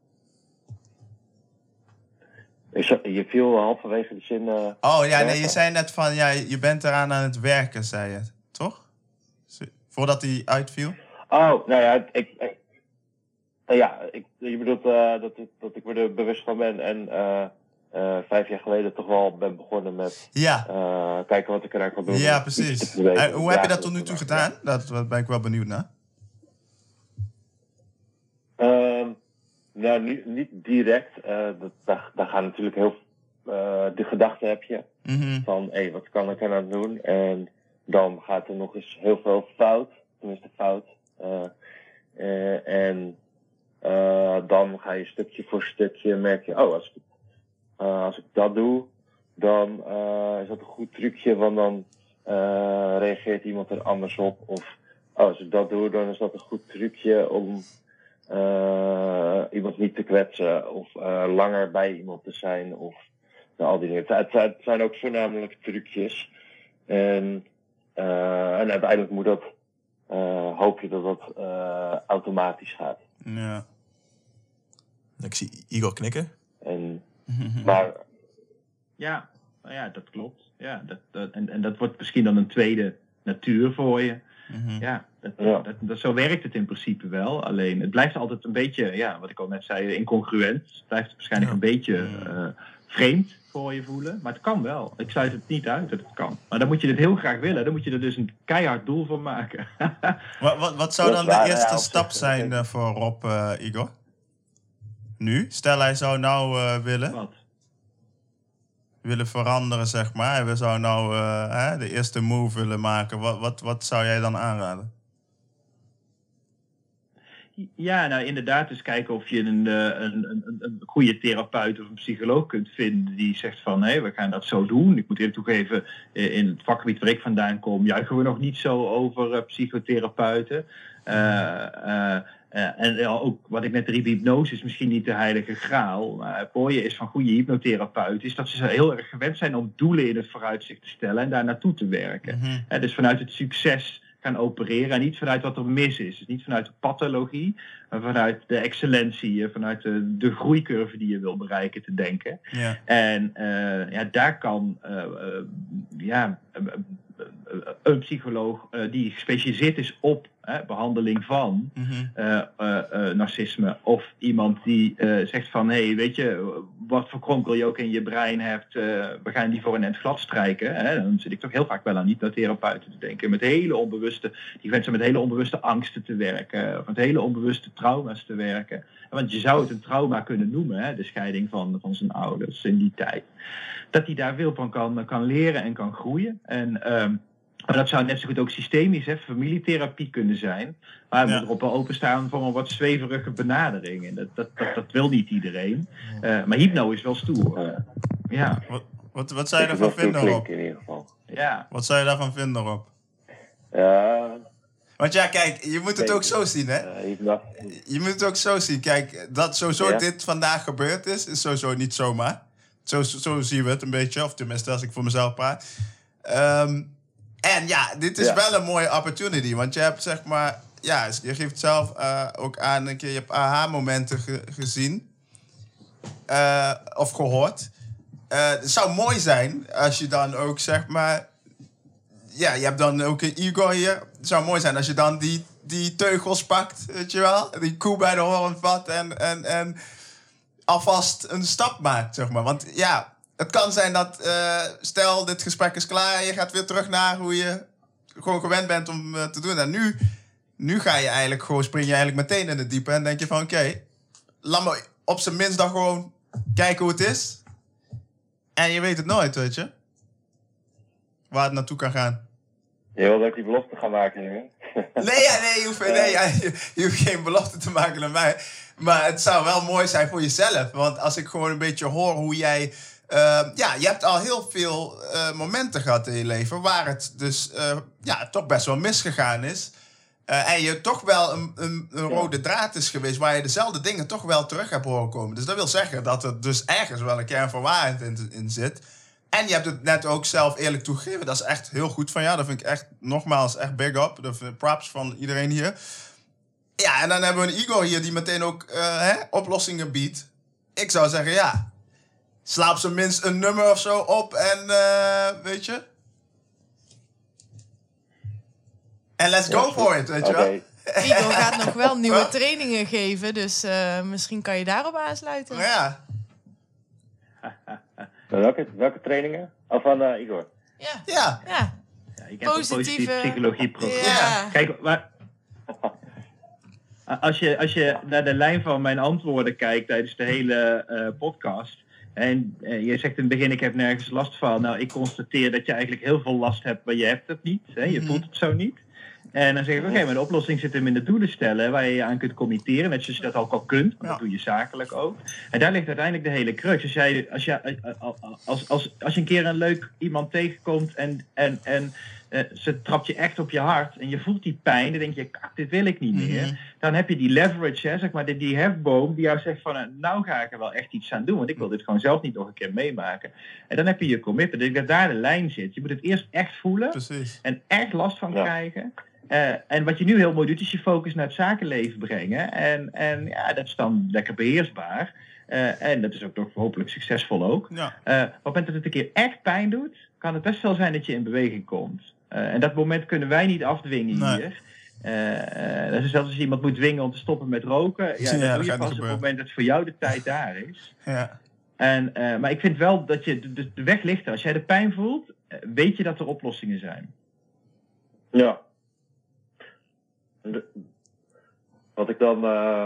Je viel halverwege de zin... Uh, oh ja, nee, je zei net van, ja, je bent eraan aan het werken, zei je. Toch? Voordat hij uitviel? Oh, nou ja, ik, ik, ja, ik, je bedoelt uh, dat, ik, dat ik me er bewust van ben en uh, uh, vijf jaar geleden toch wel ben begonnen met ja. uh, kijken wat ik eraan kan doen. Ja, precies. En hoe heb je dat tot nu toe gedaan? Dat ben ik wel benieuwd naar. Uh, nou, niet, niet direct. Uh, dat, daar, daar gaan natuurlijk heel uh, de gedachte heb je mm-hmm. van, hé, hey, wat kan ik eraan doen? En dan gaat er nog eens heel veel fout, tenminste fout. Uh, uh, en uh, dan ga je stukje voor stukje merk je, oh, als ik, uh, als ik dat doe, dan uh, is dat een goed trucje, want dan uh, reageert iemand er anders op. Of oh, als ik dat doe, dan is dat een goed trucje om uh, iemand niet te kwetsen of uh, langer bij iemand te zijn of nou, al die dingen. Het, het zijn ook voornamelijk trucjes. En, uh, en uiteindelijk moet dat Uh, hoop je dat dat uh, automatisch gaat. Ja. Ik zie Igor knikken. En, maar... Ja, nou ja, dat klopt. Ja, dat, dat, en, en dat wordt misschien dan een tweede natuur voor je. Mm-hmm. Ja, dat, ja. Dat, dat, zo werkt het in principe wel. Alleen, het blijft altijd een beetje, ja, wat ik al net zei, incongruent. Het blijft waarschijnlijk ja. een beetje uh, vreemd voor je voelen. Maar het kan wel. Ik sluit het niet uit dat het kan. Maar dan moet je het heel graag willen. Dan moet je er dus een keihard doel van maken. wat, wat, wat zou dan de eerste ja, stap zijn uh, voor Rob, uh, Igor? Nu? Stel hij zou nou uh, willen... Wat? Willen veranderen, zeg maar. We zou nou uh, hè, de eerste move willen maken. Wat, wat, wat zou jij dan aanraden? Ja, nou inderdaad, dus kijken of je een, een, een, een goede therapeut of een psycholoog kunt vinden die zegt van, hé, we gaan dat zo doen. Ik moet eerlijk toegeven, in het vakgebied waar ik vandaan kom, juichen we nog niet zo over uh, psychotherapeuten. Uh, uh, uh, en uh, ook wat ik net riep, hypnose is misschien niet de heilige graal. Maar het mooie is van goede hypnotherapeuten is dat ze heel erg gewend zijn om doelen in het vooruitzicht te stellen en daar naartoe te werken. Mm-hmm. Uh, dus vanuit het succes gaan opereren en niet vanuit wat er mis is. Dus niet vanuit de pathologie, maar vanuit de excellentie, vanuit de, de groeicurve die je wil bereiken te denken. Yeah. En uh, ja, daar kan uh, uh, ja, uh, uh, een psycholoog uh, die gespecialiseerd is op uh, behandeling van Mm-hmm. uh, uh, uh, narcisme, of iemand die uh, zegt van, hé, hey, weet je, wat voor kronkel je ook in je brein hebt, uh, we gaan die voor een end glad strijken. Hè? Dan zit ik toch heel vaak wel aan hypnotherapeuten te denken, met hele onbewuste, die gewend zijn met hele onbewuste angsten te werken, of met hele onbewuste trauma's te werken. Want je zou het een trauma kunnen noemen, hè? De scheiding van, van zijn ouders in die tijd. Dat hij daar veel van kan, kan leren en kan groeien. En um, maar dat zou net zo goed ook systemisch, hè, familietherapie kunnen zijn. Maar we Ja. moeten erop wel openstaan voor een wat zweverige benadering. En dat, dat, dat, dat wil niet iedereen. Uh, maar hypno is wel stoer. Ja. Ja, Wat, wat, wat zou je Ik daarvan vind het wel vinden, flink Rob? in ieder geval. ja. Wat zou je daarvan vinden, Rob? Ja, Want ja, kijk, je moet het ook zo zien, hè? uh, hypno- Je moet het ook zo zien. Kijk, dat sowieso Ja. dit vandaag gebeurd is, is sowieso niet zomaar. Zo, zo zien we het een beetje, of tenminste als ik voor mezelf praat. Um, en ja, dit is Ja. wel een mooie opportunity, want je hebt zeg maar, ja, je geeft zelf uh, ook aan, een keer, je hebt aha-momenten ge- gezien uh, of gehoord. Uh, het zou mooi zijn als je dan ook zeg maar, ja, je hebt dan ook een Igor hier. Het zou mooi zijn als je dan die, die teugels pakt, weet je wel, die koe bij de hoorn vat en, en, en alvast een stap maakt, zeg maar. Want ja, het kan zijn dat, uh, stel dit gesprek is klaar, je gaat weer terug naar hoe je gewoon gewend bent om uh, te doen. En nu, nu ga je eigenlijk gewoon, spring je eigenlijk meteen in het diepe en denk je van oké, okay, laat me op zijn minst dan gewoon kijken hoe het is. En je weet het nooit, weet je. Waar het naartoe kan gaan. Je wil dat ik die belofte ga maken nu, hè? Nee, ja, nee, je hoeft, nee ja, je, je hoeft geen belofte te maken aan mij. Maar het zou wel mooi zijn voor jezelf. Want als ik gewoon een beetje hoor hoe jij... Uh, ja, je hebt al heel veel uh, momenten gehad in je leven... waar het dus uh, ja, toch best wel misgegaan is. Uh, en je toch wel een, een, een rode draad is geweest... waar je dezelfde dingen toch wel terug hebt horen komen. Dus dat wil zeggen dat er dus ergens wel een kern van waarheid in, in zit... En je hebt het net ook zelf eerlijk toegegeven. Dat is echt heel goed van jou. Dat vind ik echt, nogmaals, echt big up. Dat vind ik props van iedereen hier. Ja, en dan hebben we een Igor hier die meteen ook uh, hè, oplossingen biedt. Ik zou zeggen, ja. Sla op zijn minst een nummer of zo op en uh, weet je. En let's go for it, weet je Okay. wel. Igor gaat nog wel nieuwe trainingen geven, dus uh, misschien kan je daarop aansluiten. Maar ja. Welke, welke trainingen? Oh, van uh, Igor. Ja. Ja. Ja. Ja, je kent een positief psychologieprogramma. Ja. Kijk, maar als je, als je naar de lijn van mijn antwoorden kijkt tijdens de hele uh, podcast... en uh, je zegt in het begin, ik heb nergens last van. Nou, ik constateer dat je eigenlijk heel veel last hebt, maar je hebt het niet. Hè? Je voelt het zo niet. En dan zeg ik, oké, okay, maar de oplossing zit hem in de doelen stellen... waar je je aan kunt committeren, net zoals je dat ook al kunt. Want ja. dat doe je zakelijk ook. En daar ligt uiteindelijk de hele crux. Als, jij, als, jij, als, als, als je een keer een leuk iemand tegenkomt... en, en, en uh, ze trapt je echt op je hart... en je voelt die pijn, dan denk je, kak, dit wil ik niet meer. Mm-hmm. Dan heb je die leverage, hè, zeg maar, die, die hefboom... die jou zegt van, uh, nou ga ik er wel echt iets aan doen... want ik wil dit gewoon zelf niet nog een keer meemaken. En dan heb je je commitment. Ik denk dat daar de lijn zit. Je moet het eerst echt voelen... Precies. En echt last van ja. krijgen... Uh, en wat je nu heel mooi doet, is je focus naar het zakenleven brengen. En, en ja, dat is dan lekker beheersbaar. Uh, en dat is ook nog hopelijk succesvol ook. Ja. Uh, op het moment dat het een keer echt pijn doet, kan het best wel zijn dat je in beweging komt. Uh, en dat moment kunnen wij niet afdwingen nee. hier. Uh, uh, dat is zelfs als je iemand moet dwingen om te stoppen met roken. Ja, ja, dat doe je pas op het moment dat voor jou de tijd daar is. Ja. En, uh, maar ik vind wel dat je de, de weg ligt er. Als jij de pijn voelt, uh, weet je dat er oplossingen zijn. Ja. Wat ik dan... Uh...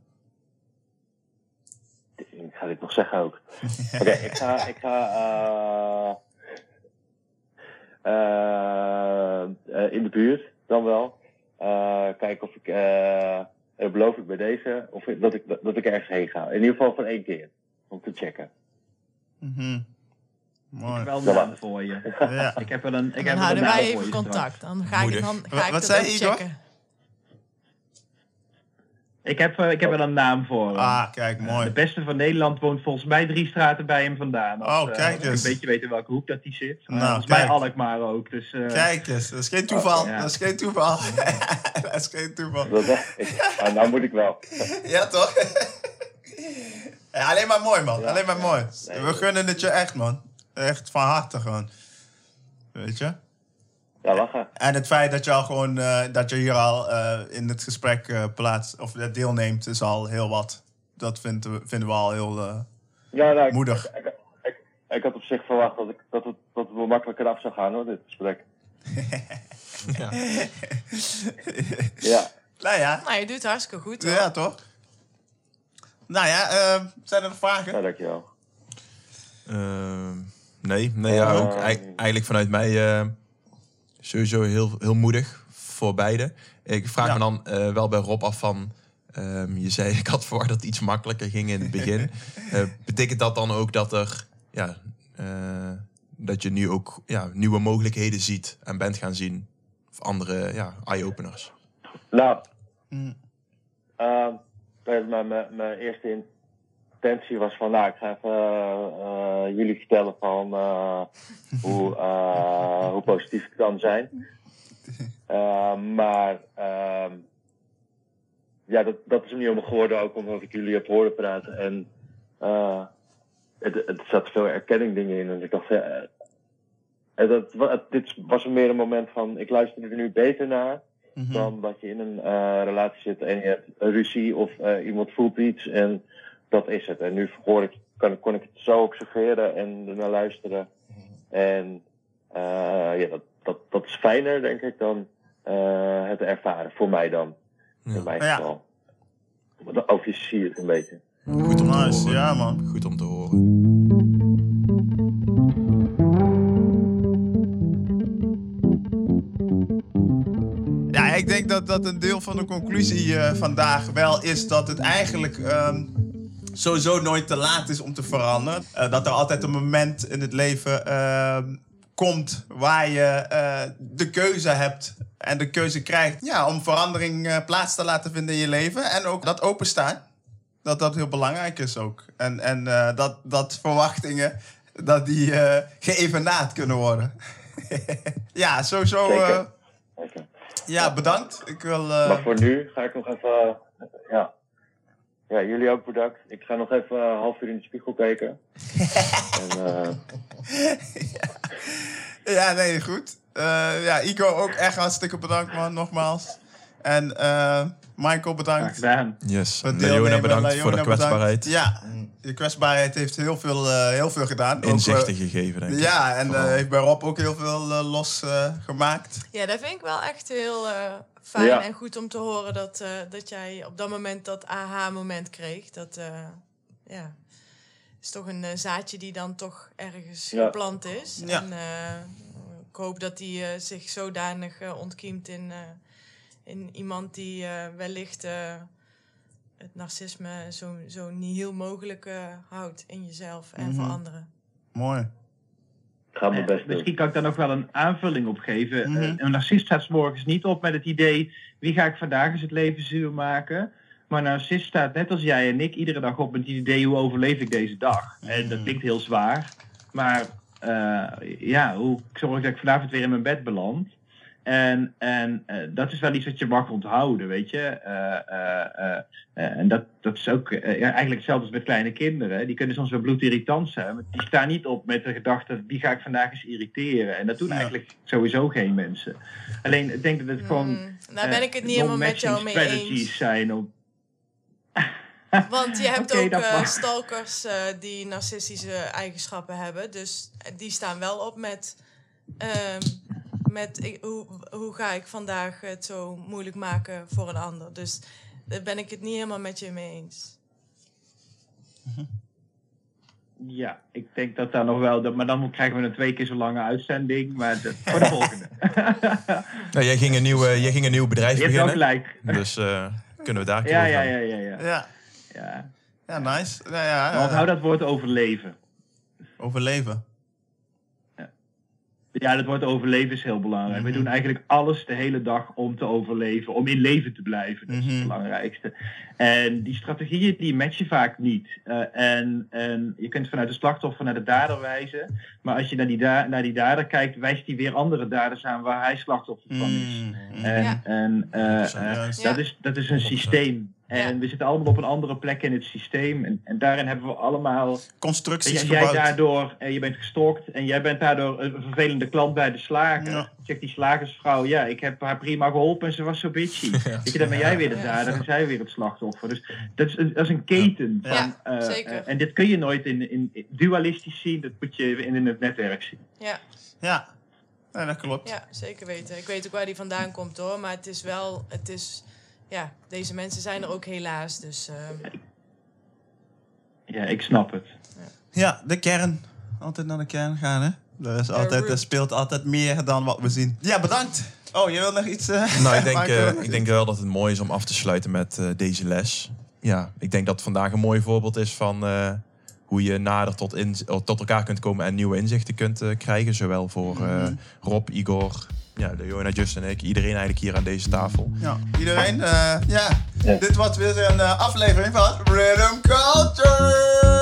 Ik ga dit nog zeggen ook. Oké, okay, ik ga... Ik ga uh... Uh... Uh, in de buurt dan wel. Uh, kijken of ik uh... En dan beloof ik bij deze of ik, dat, ik, dat ik ergens heen ga. In ieder geval voor één keer. Om te checken. Mm-hmm. Mooi. Wel een Ja. naam voor je. Ja. Ik heb wel een, ik En heb dan wel een houden naam wij voor even je contact. straks. Dan ga ik, Moedig. dan ga ik Wat dat zei ook je, Igor? checken. Ik heb, eh, ik heb wel een naam voor hem. Ah, kijk, De mooi. beste van Nederland woont volgens mij drie straten bij hem vandaan. Als, Oh, eh, kijk als ik eens. een beetje weet in welke hoek dat die zit. Maar Nou, volgens mij kijk. Alkmaar ook. Dus, eh, Kijk eens, dat is geen toeval. Ja. Dat is geen toeval. Dat is geen toeval. Dat, ik, ah, nou moet ik wel. Ja, toch? Ja, alleen maar mooi, man. Ja, Alleen maar ja. mooi. Nee, We dat- gunnen het je echt, man. Echt van harte gewoon. Weet je? Ja, lachen. En het feit dat je al gewoon, eh, dat je hier al eh, in het gesprek eh plaats, of eh, deelneemt, is al heel wat. Dat vinden we, vinden we al heel eh, Ja, nou, ik, moedig. ik, ik, ik had op zich verwacht dat, ik, dat, het, dat het wel makkelijker af zou gaan, hoor, dit gesprek. Ja. Ja. Nou ja, Nou, je doet het hartstikke goed, hoor. ja toch? Nou ja, eh, zijn er nog vragen? Nou, dankjewel. Ehm, nee, nee ja, ook Ehm. ei- eigenlijk vanuit mij eh, sowieso heel, heel moedig voor beide. Ik vraag Ja. me dan eh, wel bij Rob af van... ehm, je zei, ik had verwacht dat het iets makkelijker ging in het begin. Eh, betekent dat dan ook dat er... Ja, eh, dat je nu ook ja, nieuwe mogelijkheden ziet en bent gaan zien? Of andere ja, eye-openers? Nou, Hm. ehm, mijn, mijn, mijn- mijn eerste intentie was van, nou, ik ga even eh, jullie vertellen van eh, hoe, eh, hoe positief ik kan zijn. Eh, maar ehm, ja, dat, dat is hem niet helemaal geworden, ook omdat ik jullie heb horen praten. En eh, het, het zat veel erkenning dingen in. En ik dacht, ja, eh, dat, wa- het- dit was meer een moment van, ik luister er nu beter naar. Mhm. Dan dat je in een eh, relatie zit en je hebt een ruzie of eh, iemand voelt iets en dat is het. En nu hoor ik, kan, kon ik het zo observeren en ernaar luisteren. En eh, ja, dat, dat, dat is fijner, denk ik, dan eh, het ervaren. Voor mij dan, Ja. in mijn Ja. geval. Of je ziet het een beetje. Goed om te Nice, horen. ja, man. Goed om te horen. Ja, ik denk dat dat een deel van de conclusie eh, vandaag wel is dat het eigenlijk ehm, sowieso nooit te laat is om te veranderen. Eh, dat er altijd een moment in het leven ehm, komt waar je eh, de keuze hebt en de keuze krijgt ja, om verandering eh, plaats te laten vinden in je leven. En ook dat openstaan, dat dat heel belangrijk is ook. En, en eh, dat, dat verwachtingen, dat die eh geëvenaard kunnen worden. Ja, sowieso... eh, Zeker. Zeker. ja, bedankt. Ik wil... eh, Maar voor nu ga ik nog even... eh, ja. ja, jullie ook bedankt. Ik ga nog even een half uur in de spiegel kijken. en, eh, Ja, nee, goed. Eh, ja, Ico ook echt hartstikke bedankt, man. Nogmaals. En eh, Michael Graag bedankt. gedaan. Yes. Voor het Leona deelnemen. bedankt Leona voor de bedankt. kwetsbaarheid. Ja, je kwetsbaarheid heeft heel veel, eh, heel veel gedaan. Ook, eh, Inzichten gegeven, denk ik. ja, en eh, Vooral. heeft bij Rob ook heel veel eh, los eh, gemaakt. Ja, dat vind ik wel echt heel eh, fijn Ja. en goed om te horen dat, eh, dat jij op dat moment dat aha-moment kreeg. Dat eh, ja, is toch een eh, zaadje die dan toch ergens Ja. geplant is. Ja. En eh, ik hoop dat die eh, zich zodanig eh, ontkiemt in, eh, in iemand die eh, wellicht eh, het narcisme zo, zo niet heel mogelijk eh, houdt in jezelf en voor Mhm. anderen. Mooi. ik ga mijn Eh, best doen. misschien kan ik daar nog wel een aanvulling op geven. Mhm. Eh, een narcist staat 's morgens niet op met het idee... wie ga ik vandaag eens het leven zuur maken? Maar een narcist staat net als jij en ik iedere dag op met het idee... hoe overleef ik deze dag? En dat klinkt heel zwaar. Maar eh, ja, hoe zorg ik dat ik vanavond weer in mijn bed beland? En, en eh, dat is wel iets wat je mag onthouden, weet je. Eh, eh, eh, eh, en dat, dat is ook eh, ja, eigenlijk hetzelfde als met kleine kinderen. Die kunnen soms wel bloedirritant zijn. Maar die staan niet op met de gedachte, wie ga ik vandaag eens irriteren? En dat doen Ja. eigenlijk sowieso geen mensen. Alleen, ik denk dat het gewoon... Mm, daar ben ik het niet eh, helemaal met jou mee non-matching eens. strategies zijn om... Want je hebt Oké, ook dat eh, mag. stalkers eh, die narcistische eigenschappen hebben. Dus eh, die staan wel op met... ehm, met ik, hoe, hoe ga ik vandaag het zo moeilijk maken voor een ander. Dus daar ben ik het niet helemaal met je mee eens. Ja, ik denk dat daar nog wel... Dat, maar dan krijgen we een twee keer zo lange uitzending. Maar dat, voor de volgende. Nou, jij, ging een nieuw, eh, jij ging een nieuw bedrijf Je hebt wel beginnen. gelijk. Dus eh, kunnen we daar een keer Ja, over ja, hebben. ja, ja, ja. Ja, ja. ja nice. Ja, ja, Maar onthoud uh, dat woord overleven. overleven. Ja, dat woord overleven is heel belangrijk. Mhm. We doen eigenlijk alles de hele dag om te overleven, om in leven te blijven. Dat is Mhm. het belangrijkste. En die strategieën die matchen vaak niet. Uh, en, en je kunt vanuit de slachtoffer naar de dader wijzen. Maar als je naar die, da- naar die dader kijkt, wijst hij weer andere daders aan waar hij slachtoffer van is. Mm. En, Ja. en uh, uh, Juist. dat, Ja. is, dat is een systeem. En Ja. we zitten allemaal op een andere plek in het systeem. En, en daarin hebben we allemaal... Constructies Jij, jij gebouwd. daardoor, eh, je bent gestalkt en jij bent daardoor een vervelende klant bij de slager. Ja. Zegt die slagersvrouw, ja, ik heb haar prima geholpen en ze was zo bitchy. Weet je, dan ben jij weer de Ja. dader en zij weer het slachtoffer. Dus dat is, een- dat is een keten. Ja. Van, Ja, eh, zeker. eh, en dit kun je nooit in, in, in dualistisch zien, dat moet je in, in het netwerk zien. Ja, Ja, nee, dat klopt. ja, zeker weten. Ik weet ook waar die vandaan komt hoor. Maar het is wel, het is, ja, deze mensen zijn er ook helaas. Dus uh, Ja, ik snap het. Ja, de kern. Altijd naar de kern gaan, hè? Er, is altijd, er speelt altijd meer dan wat we zien. Ja, bedankt. Oh, je wil nog iets... Uh, Nou, ik denk, maken? uh, ik denk wel dat het mooi is om af te sluiten met uh, deze les. Ja, ik denk dat vandaag een mooi voorbeeld is van uh, hoe je nader tot, in, tot elkaar kunt komen en nieuwe inzichten kunt uh, krijgen. Zowel voor uh, Rob, Igor, ja, Leona, Justin en ik. Iedereen eigenlijk hier aan deze tafel. Ja, iedereen. Uh, ja. Ja. Dit was weer een uh, aflevering van Rhythm Culture.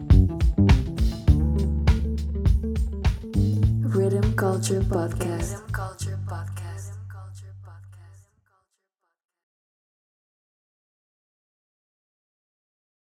Rhythm Culture Podcast.